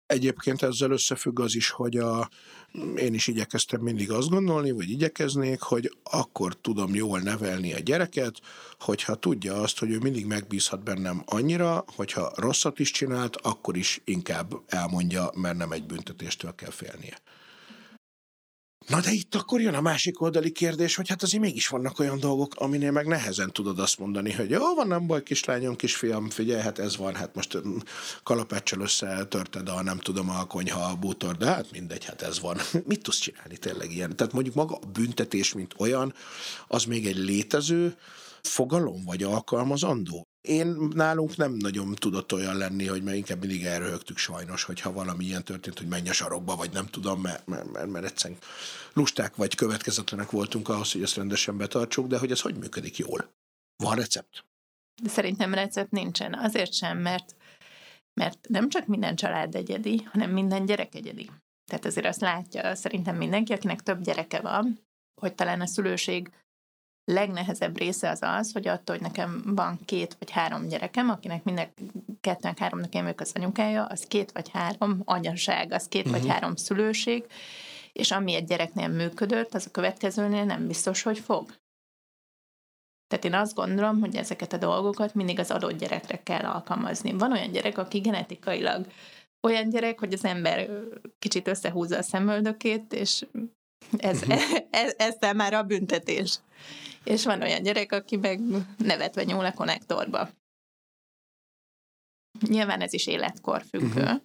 Egyébként ezzel összefügg az is, hogy én is igyekeztem mindig azt gondolni, vagy igyekeznék, hogy akkor tudom jól nevelni a gyereket, hogyha tudja azt, hogy ő mindig megbízhat bennem annyira, hogyha rosszat is csinált, akkor is inkább elmondja, mert nem egy büntetéstől kell félnie. Na de itt akkor jön a másik oldali kérdés, hogy hát azért mégis vannak olyan dolgok, aminél meg nehezen tudod azt mondani, hogy jó, van, nem baj, kislányom, kisfiam, figyelj, hát ez van, hát most kalapáccsal összetörted nem tudom, a konyha bútor, de hát mindegy, hát ez van. Mit tudsz csinálni tényleg ilyen? Tehát mondjuk maga a büntetés, mint olyan, az még egy létező fogalom, vagy alkalmazandó? Nálunk nem nagyon tudott olyan lenni, hogy mert inkább mindig elröhögtük sajnos, hogyha valami ilyen történt, hogy menj a sarokba, vagy nem tudom, mert egyszerűen lusták vagy következetlenek voltunk ahhoz, hogy ezt rendesen betartsuk, de hogy ez hogy működik jól? Van recept? Szerintem recept nincsen. Azért sem, mert nem csak minden család egyedi, hanem minden gyerek egyedi. Tehát azért azt látja szerintem mindenki, akinek több gyereke van, hogy talán a szülőség legnehezebb része az, hogy attól, hogy nekem van 2 vagy 3 gyerekem, akinek minden 2-3-nak én vagyok az anyukája, az 2 vagy 3 anyaság, az 2 vagy 3 szülőség, és ami egy gyereknél működött, az a következőnél nem biztos, hogy fog. Tehát én azt gondolom, hogy ezeket a dolgokat mindig az adott gyerekre kell alkalmazni. Van olyan gyerek, aki genetikailag olyan gyerek, hogy az ember kicsit összehúzza a szemöldökét, és ez már a büntetés. És van olyan gyerek, aki meg nevetve nyúl a konnektorba. Nyilván ez is életkor függő.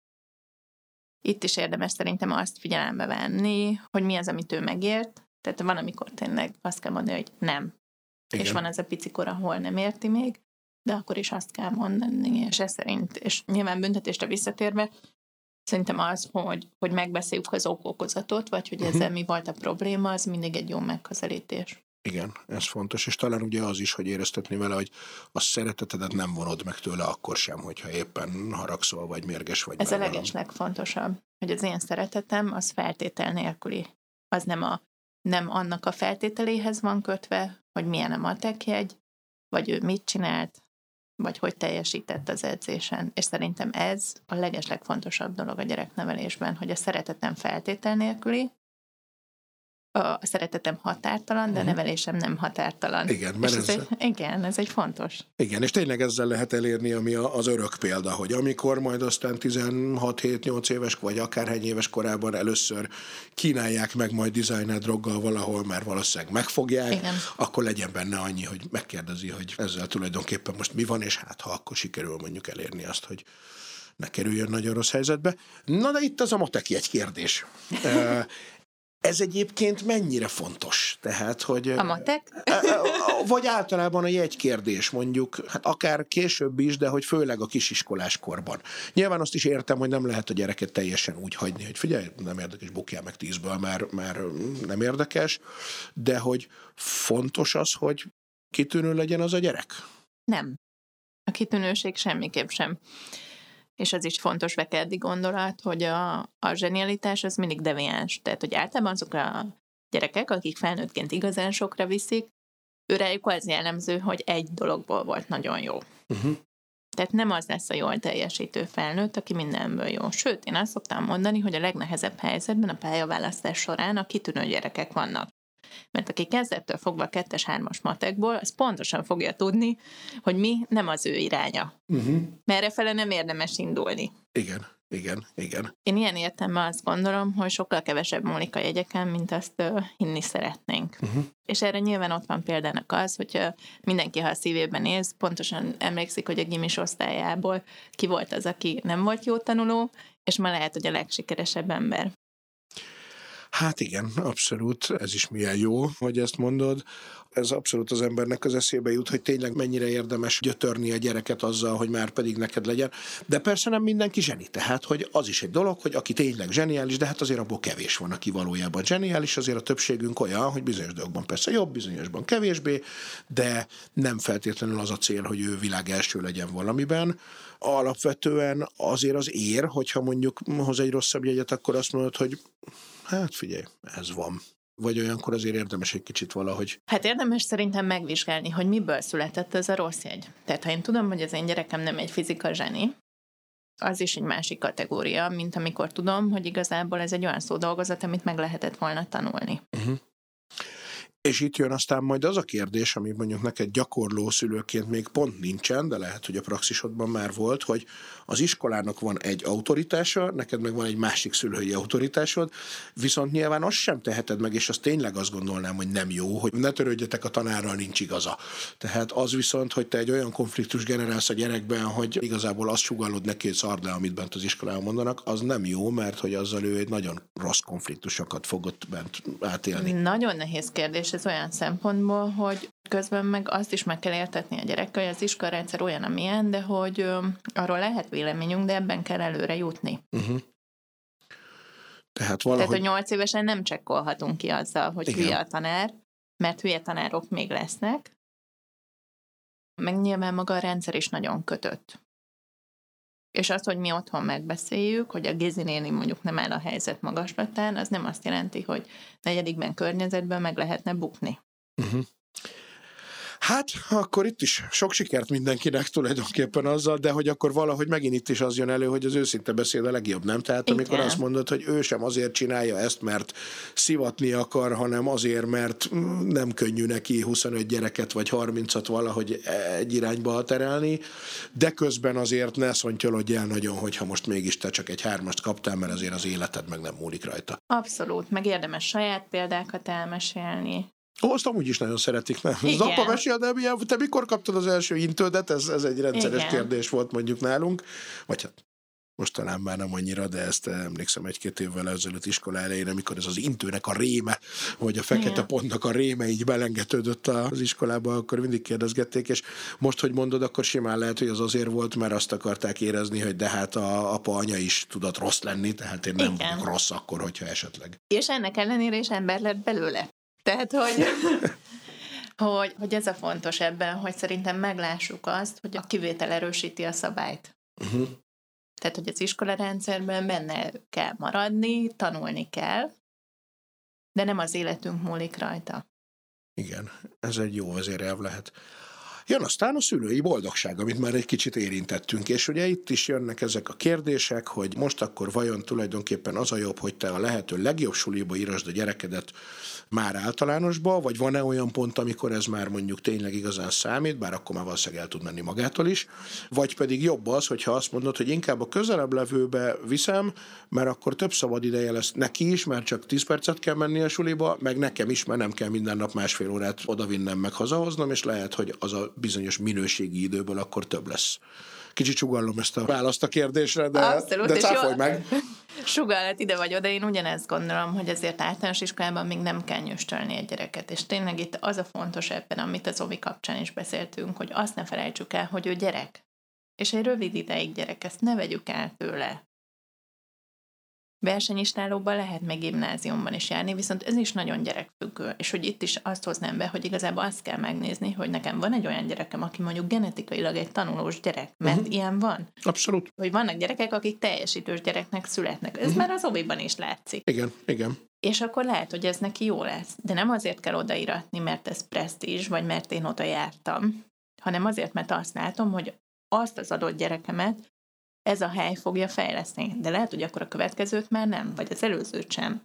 Itt is érdemes szerintem azt figyelembe venni, hogy mi az, amit ő megért. Tehát van, amikor tényleg azt kell mondani, hogy nem. Igen. És van ez a picikor, ahol nem érti még, de akkor is azt kell mondani, és ez szerint, és nyilván büntetésre visszatérve, szerintem az, hogy megbeszéljük az okozatot, vagy hogy ezzel mi volt a probléma, az mindig egy jó megközelítés. Igen, ez fontos, és talán ugye az is, hogy éreztetni vele, hogy a szeretetedet nem vonod meg tőle akkor sem, hogyha éppen haragszol, vagy mérges vagy. Ez a legeslegfontosabb, hogy az én szeretetem az feltétel nélküli. Az nem annak a feltételéhez van kötve, hogy milyen a matekjegy, vagy ő mit csinált, vagy hogy teljesített az edzésen. És szerintem ez a legeslegfontosabb dolog a gyereknevelésben, hogy a szeretetem feltétel nélküli, a szeretetem határtalan, de a nevelésem nem határtalan. Igen, mert ez egy fontos. Igen, és tényleg ezzel lehet elérni, ami az örök példa, hogy amikor majd aztán 16-7-8 éves, vagy akárhány éves korában először kínálják meg majd designer droggal valahol, mert valószínűleg megfogják, igen, akkor legyen benne annyi, hogy megkérdezi, hogy ezzel tulajdonképpen most mi van, és hát ha akkor sikerül mondjuk elérni azt, hogy ne kerüljön nagyon rossz helyzetbe. Na de itt az a matekjegy kérdés. Ez egyébként mennyire fontos? Tehát, hogy... A matek? Vagy általában a jegykérdés, mondjuk, hát akár később is, de hogy főleg a kisiskolás korban. Nyilván azt is értem, hogy nem lehet a gyereket teljesen úgy hagyni, hogy figyelj, nem érdekes, bukjál meg 10-ből, mert nem érdekes, de hogy fontos az, hogy kitűnő legyen az a gyerek? Nem. A kitűnőség semmiképp sem. És ez is fontos vekerdi gondolat, hogy a zsenialitás az mindig deviáns. Tehát, hogy általában azok a gyerekek, akik felnőttként igazán sokra viszik, őrájuk az jellemző, hogy egy dologból volt nagyon jó. Tehát nem az lesz a jól teljesítő felnőtt, aki mindenből jó. Sőt, én azt szoktam mondani, hogy a legnehezebb helyzetben a pályaválasztás során a kitűnő gyerekek vannak. Mert aki kezdettől fogva 2-3-as matekból, az pontosan fogja tudni, hogy mi nem az ő iránya. Merre fele nem érdemes indulni. Igen. Én ilyen értelemben azt gondolom, hogy sokkal kevesebb múlik a jegyeken, mint azt hinni szeretnénk. És erre nyilván ott van példának az, hogyha mindenki, ha a szívében néz, pontosan emlékszik, hogy a gimis osztályából ki volt az, aki nem volt jó tanuló, és ma lehet, hogy a legsikeresebb ember. Hát igen, abszolút, ez is milyen jó, hogy ezt mondod. Ez abszolút az embernek az eszébe jut, hogy tényleg mennyire érdemes gyötörni a gyereket azzal, hogy már pedig neked legyen. De persze nem mindenki zseni, tehát hogy az is egy dolog, hogy aki tényleg zseniális, de hát azért abból kevés van, aki valójában zseniális, azért a többségünk olyan, hogy bizonyos dolgokban persze jobb, bizonyosban kevésbé, de nem feltétlenül az a cél, hogy ő világ első legyen valamiben. Alapvetően azért az ér, hogyha mondjuk hoz egy rosszabb jegyet, akkor azt mondod, hogy hát figyelj, ez van. Vagy olyankor azért érdemes egy kicsit valahogy... Hát érdemes szerintem megvizsgálni, hogy miből született ez a rossz jegy. Tehát ha én tudom, hogy az én gyerekem nem egy fizika zseni, az is egy másik kategória, mint amikor tudom, hogy igazából ez egy olyan szódolgozat, amit meg lehetett volna tanulni. És itt jön aztán majd az a kérdés, ami mondjuk neked gyakorló szülőként még pont nincsen, de lehet, hogy a praxisodban már volt, hogy az iskolának van egy autoritása, neked meg van egy másik szülői autoritásod, viszont nyilván azt sem teheted meg, és azt tényleg azt gondolnám, hogy nem jó, hogy ne törődjetek a tanárral, nincs igaza. Tehát az viszont, hogy te egy olyan konfliktus generálsz a gyerekben, hogy igazából azt sugallod neki, hogy szard le, amit bent az iskolában mondanak, az nem jó, mert hogy azzal ő egy nagyon rossz konfliktusokat fogott bent átélni. Nagyon nehéz kérdés ez olyan szempontból, hogy közben meg azt is meg kell értetni a gyerekkel, hogy az iskolarendszer olyan, amilyen, de hogy arról lehet véleményünk, de ebben kell előre jutni. Tehát hogy 8 évesen nem csekkolhatunk ki azzal, hogy igen, hülye a tanár, mert hülye tanárok még lesznek, meg nyilván maga a rendszer is nagyon kötött. És az, hogy mi otthon megbeszéljük, hogy a Gézi néni mondjuk nem áll a helyzet magaslatán, az nem azt jelenti, hogy 4. környezetben meg lehetne bukni. Hát, akkor itt is sok sikert mindenkinek tulajdonképpen azzal, de hogy akkor valahogy megint itt is az jön elő, hogy az őszinte beszéd a legjobb, nem? Tehát amikor azt mondod, hogy ő sem azért csinálja ezt, mert szivatni akar, hanem azért, mert nem könnyű neki 25 gyereket vagy 30-at valahogy egy irányba terelni, de közben azért ne szontyolodj el nagyon, hogyha most mégis te csak egy 3-ast kaptál, mert azért az életed meg nem múlik rajta. Abszolút, meg érdemes saját példákat elmesélni. Azt amúgy is nagyon szeretik, nem? Az apa mesél, de te mikor kaptad az első intődet? Ez egy rendszeres kérdés volt mondjuk nálunk. Vagy hát most talán már nem annyira, de ezt emlékszem 1-2 évvel ezelőtt iskola elején, amikor ez az intőnek a réme, vagy a fekete pontnak a réme így belengetődött az iskolába, akkor mindig kérdezgették, és most, hogy mondod, akkor simán lehet, hogy az azért volt, mert azt akarták érezni, hogy de hát a apa-anya is tudott rossz lenni, tehát én nem vagyok rossz akkor, hogyha esetleg. És ennek ellenére is ember lett belőle. Tehát, hogy ez a fontos ebben, hogy szerintem meglássuk azt, hogy a kivétel erősíti a szabályt. Tehát, hogy az iskolarendszerben benne kell maradni, tanulni kell, de nem az életünk múlik rajta. Igen, ez egy jó vezérelv lehet. Jön aztán a szülői boldogság, amit már egy kicsit érintettünk, és ugye itt is jönnek ezek a kérdések, hogy most akkor vajon tulajdonképpen az a jobb, hogy te a lehető legjobb suliba írasd a gyerekedet már általánosba, vagy van-e olyan pont, amikor ez már mondjuk tényleg igazán számít, bár akkor már valószínűleg el tud menni magától is, vagy pedig jobb az, hogyha azt mondod, hogy inkább a közelebb levőbe viszem, mert akkor több szabad ideje lesz neki is, mert csak 10 percet kell menni a suliba, meg nekem is, mert nem kell minden nap 1,5 órát odavinnem, meg hazahoznom, és lehet, hogy az a bizonyos minőségi időből akkor több lesz. Kicsit sugallom ezt a választ a kérdésre, de cáfolj meg. Sugallat ide vagy oda, én ugyanezt gondolom, hogy azért általános iskolában még nem kell nyöstölni egy gyereket, és tényleg itt az a fontos ebben, amit az Ovi kapcsán is beszéltünk, hogy azt ne felejtsük el, hogy ő gyerek, és egy rövid ideig gyerek, ezt ne vegyük el tőle. Versenyistálóban lehet meg gimnáziumban is járni, viszont ez is nagyon gyerekfüggő, és hogy itt is azt hoznám be, hogy igazából azt kell megnézni, hogy nekem van egy olyan gyerekem, aki mondjuk genetikailag egy tanulós gyerek, mert ilyen van. Abszolút. Hogy vannak gyerekek, akik teljesítős gyereknek születnek. Ez már az Oviban is látszik. Igen. És akkor lehet, hogy ez neki jó lesz. De nem azért kell odaíratni, mert ez presztízs, vagy mert én oda jártam, hanem azért, mert azt látom, hogy azt az adott gyerekemet ez a hely fogja fejleszteni. De lehet, hogy akkor a következőt már nem, vagy az előzőt sem.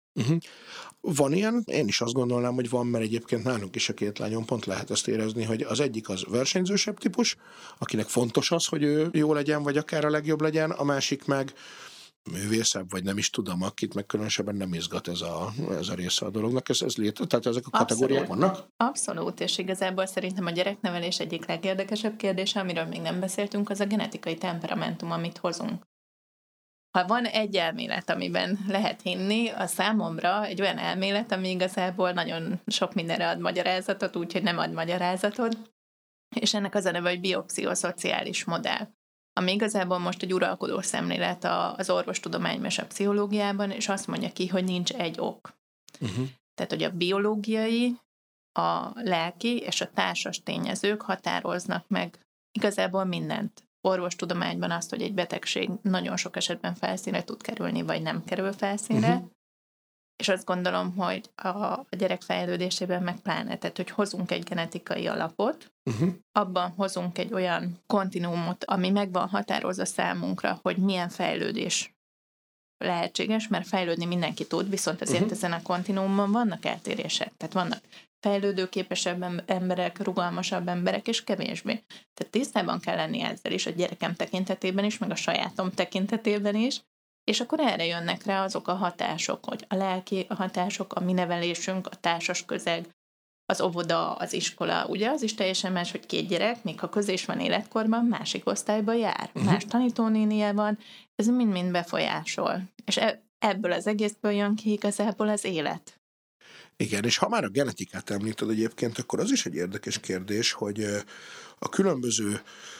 Van ilyen? Én is azt gondolnám, hogy van, mert egyébként nálunk is a 2 lányon pont lehet ezt érezni, hogy az egyik az versenyzősebb típus, akinek fontos az, hogy ő jó legyen, vagy akár a legjobb legyen, a másik meg művészebb, vagy nem is tudom, akit meg különösebben nem izgat ez a része a dolognak. Ez létezik? Tehát ezek a kategóriák vannak? Abszolút, és igazából szerintem a gyereknevelés egyik legérdekesebb kérdése, amiről még nem beszéltünk, az a genetikai temperamentum, amit hozunk. Ha van egy elmélet, amiben lehet hinni, a számomra egy olyan elmélet, ami igazából nagyon sok mindenre ad magyarázatot, úgyhogy nem ad magyarázatot, és ennek az a neve, hogy biopszichoszociális modell, ami igazából most egy uralkodó szemlélet az orvostudományban és a pszichológiában, és azt mondja ki, hogy nincs egy ok. Tehát, hogy a biológiai, a lelki és a társas tényezők határoznak meg igazából mindent. Orvostudományban azt, hogy egy betegség nagyon sok esetben felszínre tud kerülni, vagy nem kerül felszínre, És azt gondolom, hogy a gyerek fejlődésében meg pláne, tehát hogy hozunk egy genetikai alapot, abban hozunk egy olyan kontinuumot, ami meg van határozva számunkra, hogy milyen fejlődés lehetséges, mert fejlődni mindenki tud, viszont azért ezen a kontinuumon vannak eltérések. Tehát vannak fejlődőképesebb emberek, rugalmasabb emberek, és kevésbé. Tehát tisztában kell lenni ezzel is, a gyerekem tekintetében is, meg a sajátom tekintetében is, és akkor erre jönnek rá azok a hatások, hogy a lelki hatások, a mi nevelésünk, a társas közeg, az óvoda, az iskola, ugye az is teljesen más, hogy 2 gyerek, még ha közé is van életkorban, másik osztályba jár, más tanítónénie van, ez mind-mind befolyásol. És ebből az egészből jön ki igazából az élet. Igen, és ha már a genetikát említed egyébként, akkor az is egy érdekes kérdés, hogy a különböző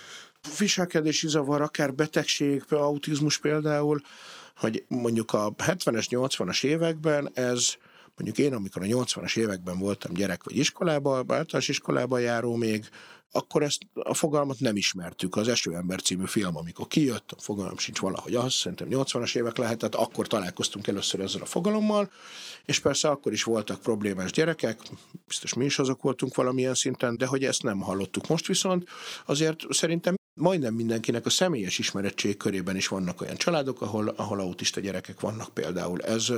viselkedési zavar, akár betegség, autizmus például, hogy mondjuk a 70-es, 80-as években ez, mondjuk én, amikor a 80-as években voltam gyerek vagy iskolában, általános iskolában járó még, akkor ezt a fogalmat nem ismertük. Az Esőember című film, amikor kijött, a fogalom sincs valahogy az, szerintem 80-as évek lehetett, akkor találkoztunk először ezzel a fogalommal, és persze akkor is voltak problémás gyerekek, biztos mi is azok voltunk valamilyen szinten, de hogy ezt nem hallottuk. Most viszont azért szerintem majdnem mindenkinek a személyes ismerettség körében is vannak olyan családok, ahol autista gyerekek vannak például. Ez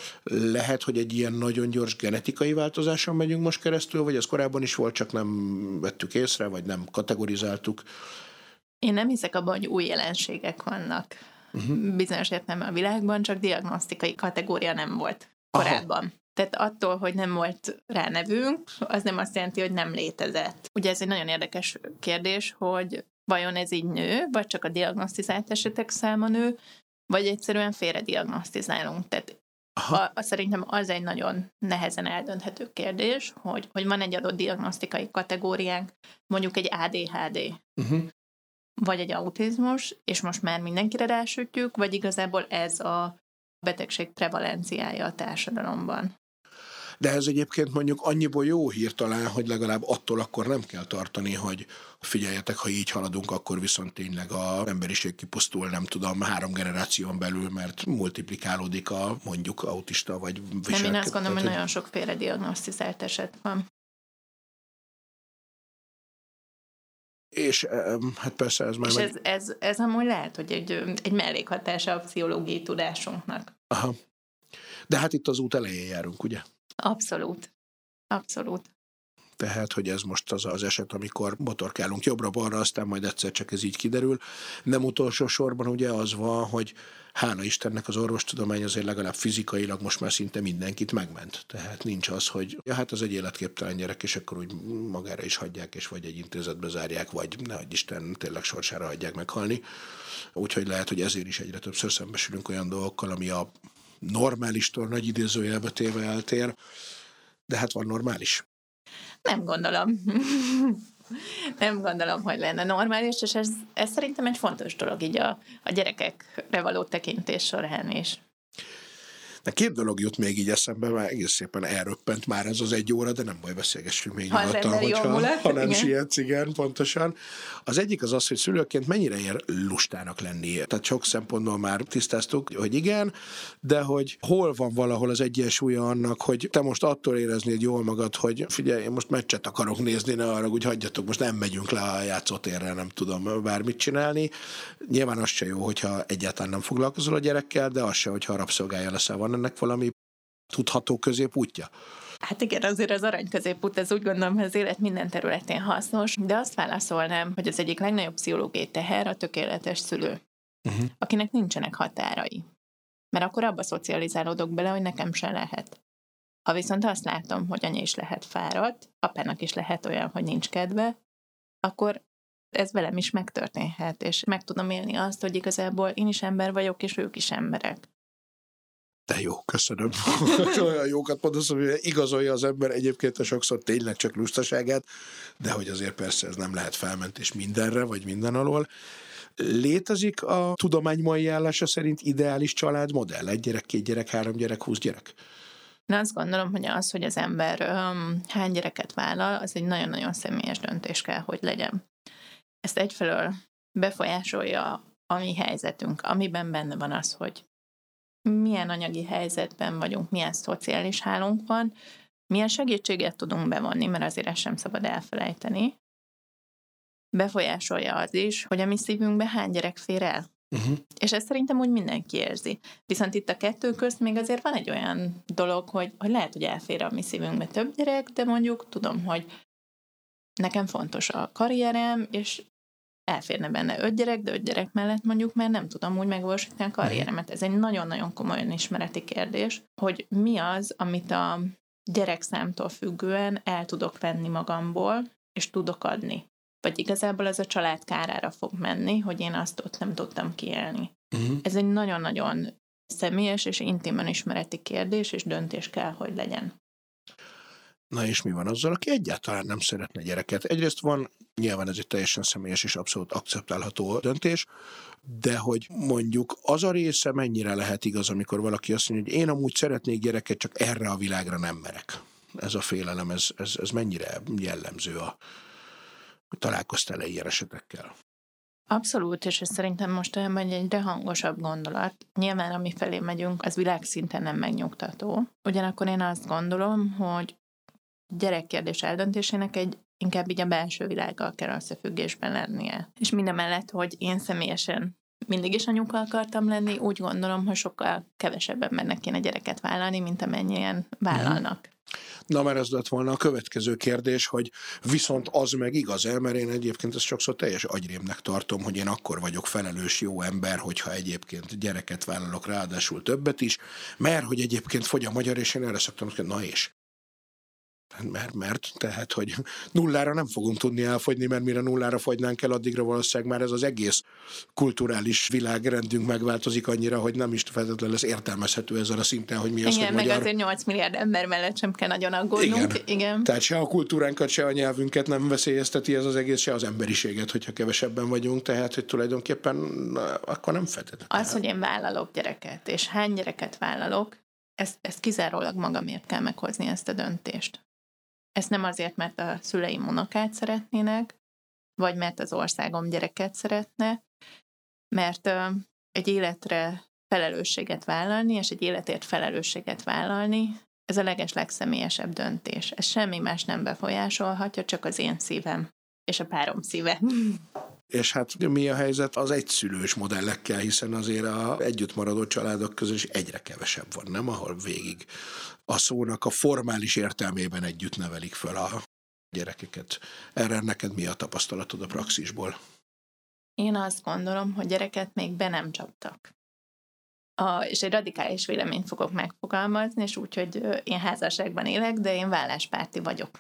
lehet, hogy egy ilyen nagyon gyors genetikai változáson megyünk most keresztül, vagy ez korábban is volt, csak nem vettük észre, vagy nem kategorizáltuk? Én nem hiszek abban, hogy új jelenségek vannak. Bizonyos értelemben a világban, csak diagnosztikai kategória nem volt korábban. Aha. Tehát attól, hogy nem volt rá nevünk, az nem azt jelenti, hogy nem létezett. Ugye ez egy nagyon érdekes kérdés, hogy vajon ez így nő, vagy csak a diagnosztizált esetek száma nő, vagy egyszerűen félrediagnosztizálunk. Tehát szerintem az egy nagyon nehezen eldönthető kérdés, hogy van egy adott diagnosztikai kategóriánk, mondjuk egy ADHD, vagy egy autizmus, és most már mindenkire rásütjük, vagy igazából ez a betegség prevalenciája a társadalomban. De ez egyébként mondjuk annyiból jó hír talán, hogy legalább attól akkor nem kell tartani, hogy figyeljetek, ha így haladunk, akkor viszont tényleg az emberiség kipusztul, nem tudom, 3 generáción belül, mert multiplikálódik a mondjuk autista vagy viselkedés. Nem, én azt gondolom, hogy nagyon sok félrediagnosztizált eset van. És hát persze ez már... És ez amúgy lehet, hogy egy mellékhatása a pszichológiai tudásunknak. Aha. De hát itt az út elején járunk, ugye? Abszolút. Abszolút. Tehát, hogy ez most az eset, amikor botorkálunk jobbra-balra, aztán majd egyszer csak ez így kiderül. Nem utolsó sorban ugye az van, hogy hála Istennek az orvostudomány azért legalább fizikailag most már szinte mindenkit megment. Tehát nincs az, hogy hát az egy életképtelen gyerek, és akkor úgy magára is hagyják, és vagy egy intézetbe zárják, vagy nehogy Isten tényleg sorsára hagyják meghalni. Úgyhogy lehet, hogy ezért is egyre többször szembesülünk olyan dolgokkal, ami a normálistól nagy idézőjelbe téve eltér, de hát van normális. Nem gondolom. Nem gondolom, hogy lenne normális, és ez szerintem egy fontos dolog így a gyerekekre való tekintés során is. De 2 dolog jut még így eszembe, már egész szépen elröppent már ez az 1 óra, de nem baj, beszélgessünk még nyugodtan, ha nem sietsz, igen, pontosan. Az egyik az, hogy szülőként mennyire ér lustának lenni. Tehát sok szempontból már tisztáztuk, hogy igen, de hogy hol van valahol az egyensúlya annak, hogy te most attól éreznéd jól magad, hogy figyelj, én most meccset akarok nézni, ne arra, úgy hagyjatok, most nem megyünk le a játszótérre, nem tudom bármit csinálni. Nyilván az se jó, hogyha egyáltalán nem foglalkozol a gyerekkel, de az se, hogyha rabszolgája leszel. Van ennek valami tudható középútja? Hát igen, azért az arany középút, ez úgy gondolom, hogy az élet minden területén hasznos, de azt válaszolnám, hogy az egyik legnagyobb pszichológiai teher a tökéletes szülő, akinek nincsenek határai. Mert akkor abba szocializálódok bele, hogy nekem se lehet. Ha viszont azt látom, hogy anya is lehet fáradt, apának is lehet olyan, hogy nincs kedve, akkor ez velem is megtörténhet, és meg tudom élni azt, hogy igazából én is ember vagyok, és ők is emberek. De jó, köszönöm. Olyan jókat mondasz, hogy igazolja az ember egyébként a sokszor tényleg csak lustaságát, de hogy azért persze ez nem lehet felmentés mindenre, vagy minden alól. Létezik a tudomány mai állása szerint ideális családmodell? 1 gyerek, 2 gyerek, 3 gyerek, 20 gyerek? Na azt gondolom, hogy az, hogy az ember hány gyereket vállal, az egy nagyon-nagyon személyes döntés kell, hogy legyen. Ezt egyfelől befolyásolja a mi helyzetünk, amiben benne van az, hogy milyen anyagi helyzetben vagyunk, milyen szociális hálónk van, milyen segítséget tudunk bevonni, mert azért ezt sem szabad elfelejteni. Befolyásolja az is, hogy a mi szívünkbe hány gyerek fér el. És ezt szerintem úgy mindenki érzi. Viszont itt a kettő közt még azért van egy olyan dolog, hogy lehet, hogy elfér a mi szívünkbe több gyerek, de mondjuk tudom, hogy nekem fontos a karrierem, és elférne benne 5 gyerek, de 5 gyerek mellett mondjuk már nem tudom úgy megvalósítani a karrieremet. Ez egy nagyon-nagyon komoly önismereti kérdés, hogy mi az, amit a gyerekszámtól függően el tudok venni magamból, és tudok adni. Vagy igazából ez a család kárára fog menni, hogy én azt ott nem tudtam kiélni. Ez egy nagyon-nagyon személyes és intim önismereti kérdés, és döntés kell, hogy legyen. Na és mi van azzal, aki egyáltalán nem szeretne gyereket? Egyrészt van, nyilván ez egy teljesen személyes és abszolút akceptálható döntés, de hogy mondjuk az a része mennyire lehet igaz, amikor valaki azt mondja, hogy én amúgy szeretnék gyereket, csak erre a világra nem merek. Ez a félelem, ez mennyire jellemző találkoztál-e ilyen esetekkel? Abszolút, és ez szerintem most egy egyre hangosabb gondolat. Nyilván, ami felé megyünk, az világszinten nem megnyugtató. Ugyanakkor én azt gondolom, hogy gyerekkérdés eldöntésének inkább így a belső világgal kell összefüggésben lennie. És mindemellett, hogy én személyesen mindig is anyuka akartam lenni, úgy gondolom, hogy sokkal kevesebben mennek kéne gyereket vállalni, mint amennyien vállalnak. Na, mert ez lett volna a következő kérdés, hogy viszont az meg igaz-e, mert én egyébként ezt sokszor teljes agyrémnek tartom, hogy én akkor vagyok felelős jó ember, hogyha egyébként gyereket vállalok, ráadásul többet is, mert hogy egyébként fogy a magyar, és én erre szoktam, hogy na és? Mert tehát, hogy nullára nem fogunk tudni elfogyni, mert mire nullára fogynánk el, addigra valószínűleg már ez az egész kulturális világrendünk megváltozik annyira, hogy nem is feltétlenül lesz értelmezhető ezen a szinten, hogy mi az, igen, hogy meg magyar... azért 8 milliárd ember mellett sem kell nagyon aggódnunk. Igen. Tehát se a kultúránkat, se a nyelvünket nem veszélyezteti ez az egész, se az emberiséget, hogyha kevesebben vagyunk, tehát, hogy tulajdonképpen akkor nem feltétlenül. Az, hogy én vállalok gyereket, és hány gyereket vállalok, ezt kizárólag magamért kell meghozni ezt a döntést. Ezt nem azért, mert a szüleim unokát szeretnének, vagy mert az országom gyereket szeretne, mert egy életre felelősséget vállalni, és egy életért felelősséget vállalni, ez a legeslegszemélyesebb döntés. Ez semmi más nem befolyásolhatja, csak az én szívem, és a párom szíve. És hát mi a helyzet az egyszülős modellekkel, hiszen azért az együttmaradó családok közül is egyre kevesebb van, nem? Ahol végig a szónak a formális értelmében együtt nevelik föl a gyerekeket. Erre neked mi a tapasztalatod a praxisból? Én azt gondolom, hogy gyereket még be nem csaptak. És egy radikális véleményt fogok megfogalmazni, és úgy, hogy én házasságban élek, de én válláspárti vagyok.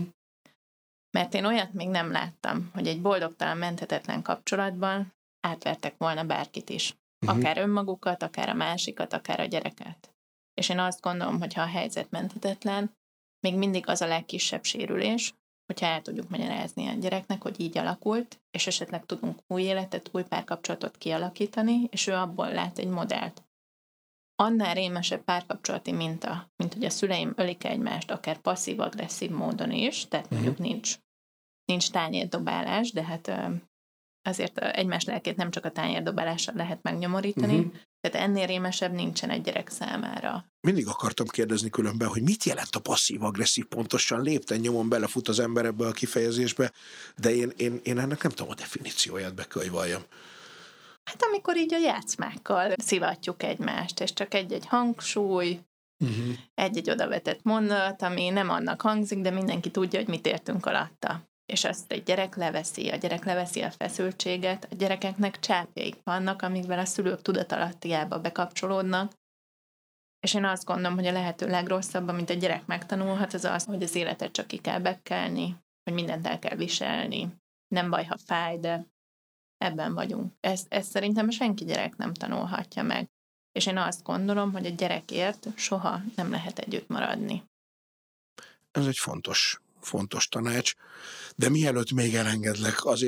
Mert én olyat még nem láttam, hogy egy boldogtalan, menthetetlen kapcsolatban átvertek volna bárkit is. Akár önmagukat, akár a másikat, akár a gyereket. És én azt gondolom, hogy ha a helyzet menthetetlen, még mindig az a legkisebb sérülés, hogyha el tudjuk magyarázni a gyereknek, hogy így alakult, és esetleg tudunk új életet, új párkapcsolatot kialakítani, és ő abból lát egy modellt. Annál rémesebb párkapcsolati minta, mint hogy a szüleim ölik egymást, akár passzív-agresszív módon is, tehát mondjuk nincs tányérdobálás, de hát azért egymás lelkét nem csak a tányérdobálással lehet megnyomorítani, tehát ennél rémesebb nincsen egy gyerek számára. Mindig akartam kérdezni különben, hogy mit jelent a passzív-agresszív pontosan, lépten nyomon belefut az ember ebbe a kifejezésbe, de én ennek nem tudom a definícióját bekönyvaljam. Hát amikor így a játszmákkal szivatjuk egymást, és csak egy-egy hangsúly, egy-egy odavetett mondat, ami nem annak hangzik, de mindenki tudja, hogy mit értünk alatta. És azt egy gyerek leveszi, a gyerek leveszi a feszültséget, a gyerekeknek csápjaik vannak, amikvel a szülők tudatalattiába bekapcsolódnak, és én azt gondolom, hogy a lehető legrosszabb, amit a gyerek megtanulhat, az az, hogy az életet csak ki kell bekkelni, hogy mindent el kell viselni. Nem baj, ha fáj, de ebben vagyunk. Ezt szerintem senki gyerek nem tanulhatja meg. És én azt gondolom, hogy a gyerekért soha nem lehet együtt maradni. Ez egy fontos tanács, de mielőtt még elengedlek, azért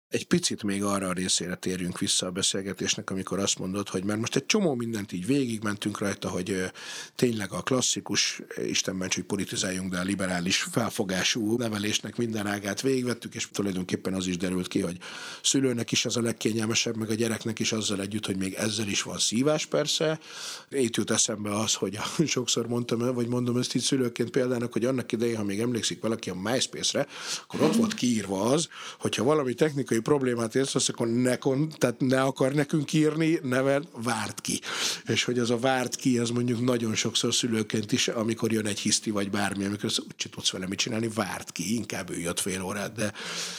egy picit még arra a részére térjünk vissza a beszélgetésnek, amikor azt mondod, hogy mert most egy csomó mindent így végigmentünk rajta, hogy tényleg a klasszikus, Isten ments, hogy politizáljunk, de a liberális felfogású nevelésnek minden ágát végigvettük, és tulajdonképpen az is derült ki, hogy szülőnek is az a legkényelmesebb, meg a gyereknek is azzal együtt, hogy még ezzel is van szívás persze. Itt jut eszembe az, hogy sokszor mondtam, vagy mondom ezt így szülőként példának, hogy annak idején, ha még emlékszik valaki a MySpace-re, akkor ott volt kiírva az, hogyha valami technikai problémát érsz, akkor tehát ne akar nekünk írni, neved, várd ki. És hogy az a várd ki, az mondjuk nagyon sokszor szülőként is, amikor jön egy hiszti vagy bármi, amikor úgyse tudsz vele mit csinálni, várd ki, inkább ülj ott fél órát, de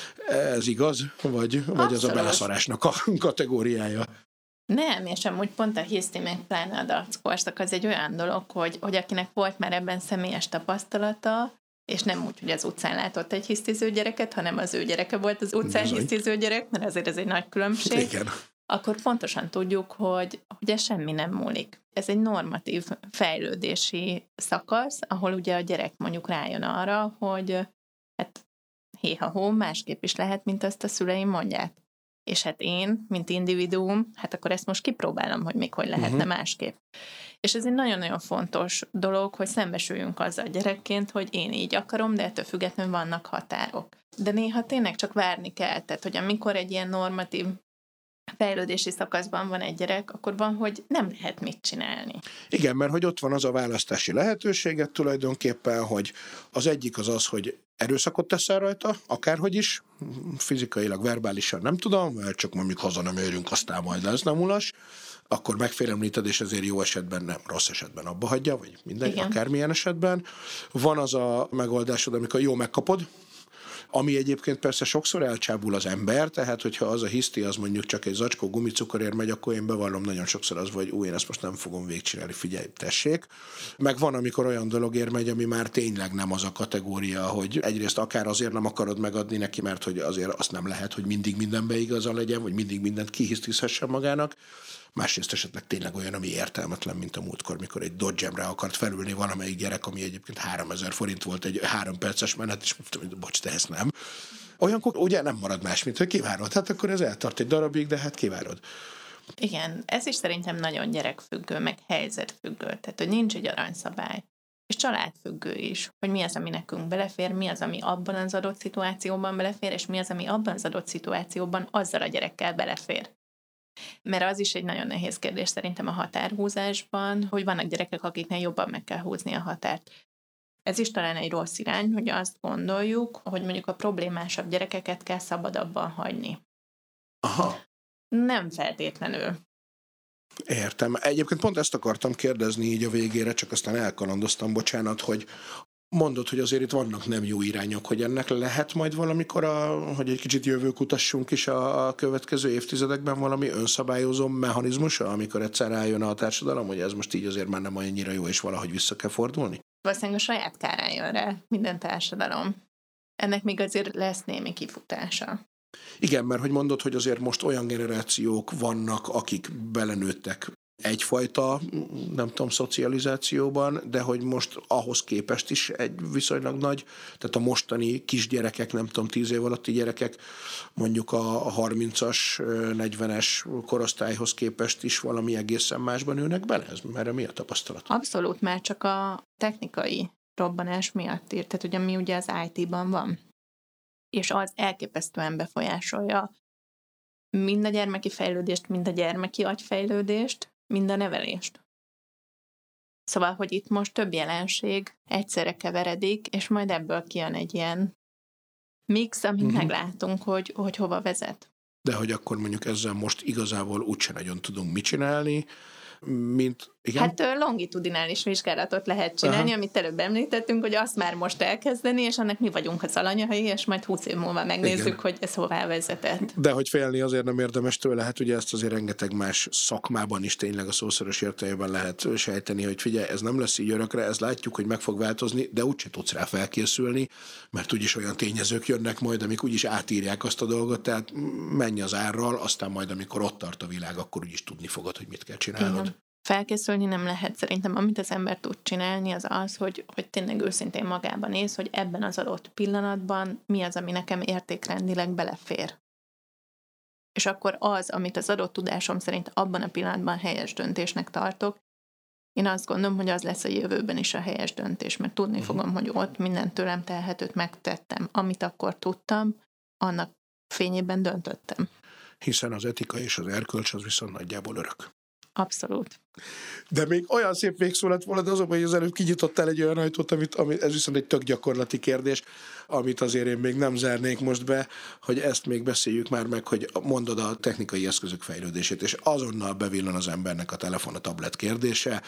ez igaz? Vagy az a beleszarásnak a kategóriája? Nem, és amúgy pont a hiszti meg pláne a dackorszak az egy olyan dolog, hogy akinek volt már ebben személyes tapasztalata, és nem úgy, hogy az utcán látott egy hisztiző gyereket, hanem az ő gyereke volt az utcán hisztiző gyerek, mert azért ez egy nagy különbség. Igen. Akkor pontosan tudjuk, hogy ez semmi nem múlik. Ez egy normatív fejlődési szakasz, ahol ugye a gyerek mondjuk rájön arra, hogy hát héha-hó, másképp is lehet, mint azt a szüleim mondják. És hát én, mint individuum, hát akkor ezt most kipróbálom, hogy még hogy lehetne másképp. És ez egy nagyon-nagyon fontos dolog, hogy szembesüljünk azzal gyerekként, hogy én így akarom, de ettől függetlenül vannak határok. De néha tényleg csak várni kell, tehát hogy amikor egy ilyen normatív fejlődési szakaszban van egy gyerek, akkor van, hogy nem lehet mit csinálni. Igen, mert hogy ott van az a választási lehetőséget tulajdonképpen, hogy az egyik az, hogy erőszakot teszel rajta, akárhogy is, fizikailag, verbálisan nem tudom, mert csak mondjuk haza nem érünk, aztán majd lesz nem ulas, akkor megfélemlíted, és ezért jó esetben nem, rossz esetben abba hagyja, vagy mindegy, igen, akármilyen esetben. Van az a megoldásod, amikor jó megkapod, ami egyébként persze sokszor elcsábul az ember, tehát hogyha az a hiszti, az mondjuk csak egy zacskó gumicukorért megy, akkor én bevallom nagyon sokszor az, hogy én ezt most nem fogom végigcsinálni, figyelj, tessék. Meg van, amikor olyan dologért megy, ami már tényleg nem az a kategória, hogy egyrészt akár azért nem akarod megadni neki, mert hogy azért azt nem lehet, hogy mindig mindenbe igaza legyen, vagy mindig mindent kihisztizhessen magának. Másrészt esetleg tényleg olyan, ami értelmetlen, mint a múltkor, mikor egy Dodge-emre akart felülni valamelyik gyerek, ami egyébként 3000 forint volt egy 3 perces menet, és mondtam, hogy bocs, te ezt nem. Olyankor ugye nem marad más, mint hogy kivárod. Hát akkor ez eltart egy darabig, de hát kivárod. Igen, ez is szerintem nagyon gyerekfüggő, meg helyzetfüggő. Tehát, hogy nincs egy aranyszabály. És családfüggő is, hogy mi az, ami nekünk belefér, mi az, ami abban az adott szituációban belefér, és mi az, ami abban az adott szituációban azzal a gyerekkel belefér. Mert az is egy nagyon nehéz kérdés szerintem a határhúzásban, hogy vannak gyerekek, akiknél jobban meg kell húzni a határt. Ez is talán egy rossz irány, hogy azt gondoljuk, hogy mondjuk a problémásabb gyerekeket kell szabadabban hagyni. Aha. Nem feltétlenül. Értem. Egyébként pont ezt akartam kérdezni így a végére, csak aztán elkalandoztam, bocsánat, hogy mondod, hogy azért itt vannak nem jó irányok, hogy ennek lehet majd valamikor, hogy egy kicsit jövőkutassunk is a következő évtizedekben valami önszabályozó mechanizmusa, amikor egyszer rájön a társadalom, hogy ez most így azért már nem annyira jó, és valahogy vissza kell fordulni? Valószínűleg a saját kárán jön rá minden társadalom. Ennek még azért lesz némi kifutása. Igen, mert hogy mondod, hogy azért most olyan generációk vannak, akik belenőttek egyfajta, nem tudom, szocializációban, de hogy most ahhoz képest is egy viszonylag nagy, tehát a mostani kisgyerekek, nem tudom, 10 év alatti gyerekek, mondjuk a 30-as, 40-es korosztályhoz képest is valami egészen másban nőnek bele? Erre mi a tapasztalat? Abszolút, már csak a technikai robbanás miatt írt, tehát ugye mi ugye az IT-ban van, és az elképesztően befolyásolja mind a gyermeki fejlődést, mind a gyermeki agyfejlődést, mind a nevelést. Szóval, hogy itt most több jelenség egyszerre keveredik, és majd ebből kijön egy ilyen mix, amit meglátunk, hogy hova vezet. De hogy akkor mondjuk ezzel most igazából úgyse nagyon tudunk mit csinálni, mint... Igen? Hát longitudinális vizsgálatot lehet csinálni, amit előbb említettünk, hogy azt már most elkezdeni, és annak mi vagyunk az alanyai, és majd 20 év múlva megnézzük, igen, hogy ez hová vezetett. De hogy félni azért nem érdemes tőle, hát ugye ezt azért rengeteg más szakmában is tényleg a szószoros értelemben lehet sejteni, hogy figyelj, ez nem lesz így örökre, ez látjuk, hogy meg fog változni, de úgyse tudsz rá felkészülni, mert úgyis olyan tényezők jönnek majd, amik úgyis átírják azt a dolgot, tehát menj az árral, aztán majd amikor ott tart a világ, akkor úgyis tudni fogod, hogy mit kell csinálnod. Igen. Felkészülni nem lehet szerintem. Amit az ember tud csinálni, az, hogy tényleg őszintén magában néz, hogy ebben az adott pillanatban mi az, ami nekem értékrendileg belefér. és akkor az, amit az adott tudásom szerint abban a pillanatban helyes döntésnek tartok, én azt gondolom, hogy az lesz a jövőben is a helyes döntés, mert tudni fogom, hogy ott minden tőlem telhetőt megtettem, amit akkor tudtam, annak fényében döntöttem. Hiszen az etika és az erkölcs az viszont nagyjából örök. Abszolút. De még olyan szép végszó lett volna, de azonban, hogy az előbb kinyitottál egy olyan ajtót, ami ez viszont egy tök gyakorlati kérdés, amit azért én még nem zárnék most be, hogy ezt még beszéljük már meg, hogy mondod a technikai eszközök fejlődését, és azonnal bevillan az embernek a telefon, a tablet kérdése,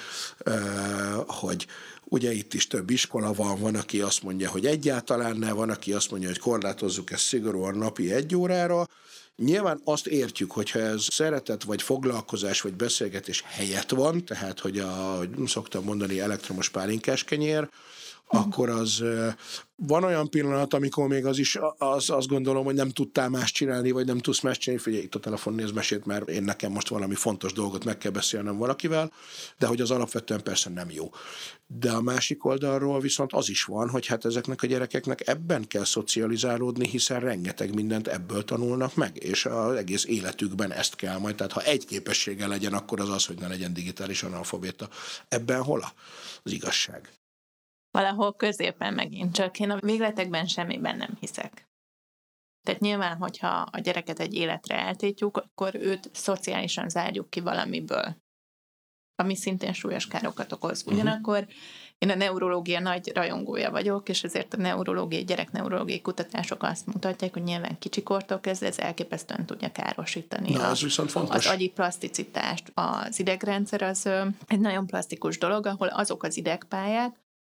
hogy ugye itt is több iskola van, aki azt mondja, hogy egyáltalán ne, van, aki azt mondja, hogy korlátozzuk ezt szigorúan napi 1 órára. Nyilván azt értjük, hogyha ez szeretet, vagy foglalkozás, vagy beszélgetés helyett van, tehát, hogy ahogy szoktam mondani, elektromos pálinkás kenyér, akkor az van olyan pillanat, amikor még az is azt gondolom, hogy nem tudtál más csinálni, vagy nem tudsz más csinálni, figyelj, itt a telefon, nézd mesét, mert én nekem most valami fontos dolgot meg kell beszélnem valakivel, de hogy az alapvetően persze nem jó. De a másik oldalról viszont az is van, hogy hát ezeknek a gyerekeknek ebben kell szocializálódni, hiszen rengeteg mindent ebből tanulnak meg, és az egész életükben ezt kell majd. Tehát ha egy képessége legyen, akkor az, hogy ne legyen digitális analfabéta. Ebben hol az igazság? Valahol középen megint, csak én a végletekben semmiben nem hiszek. Tehát nyilván, hogyha a gyereket egy életre eltétjük, akkor őt szociálisan zárjuk ki valamiből, ami szintén súlyos károkat okoz. Ugyanakkor én a neurológia nagy rajongója vagyok, és ezért a gyerekneurológiai kutatások azt mutatják, hogy nyilván kicsikortól kezdve ez elképesztően tudja károsítani az agyi plaszticitást. Az idegrendszer az egy nagyon plastikus dolog, ahol azok az idegpályák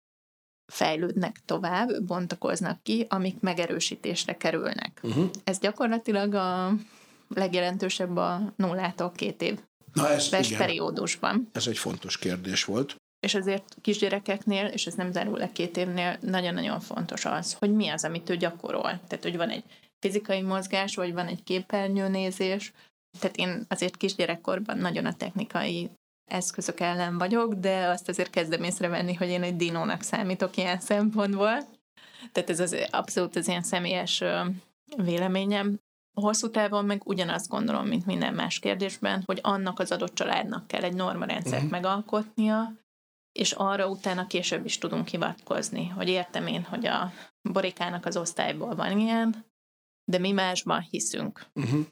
fejlődnek tovább, bontakoznak ki, amik megerősítésre kerülnek. Ez gyakorlatilag a legjelentősebb a 0-tól 2 éves periódusban. Ez egy fontos kérdés volt. És azért kisgyerekeknél, és ez nem zárul le 2 évnél, nagyon-nagyon fontos az, hogy mi az, amit ő gyakorol. Tehát, hogy van egy fizikai mozgás, vagy van egy képernyőnézés. Tehát én azért kisgyerekkorban nagyon a technikai eszközök ellen vagyok, de azt azért kezdem észrevenni, hogy én egy dinónak számítok ilyen szempontból. Tehát ez az abszolút az ilyen személyes véleményem. Hosszú távon meg ugyanazt gondolom, mint minden más kérdésben, hogy annak az adott családnak kell egy normarendszert megalkotnia, és arra utána később is tudunk hivatkozni, hogy értem én, hogy a Borikának az osztályból van ilyen, de mi másban hiszünk.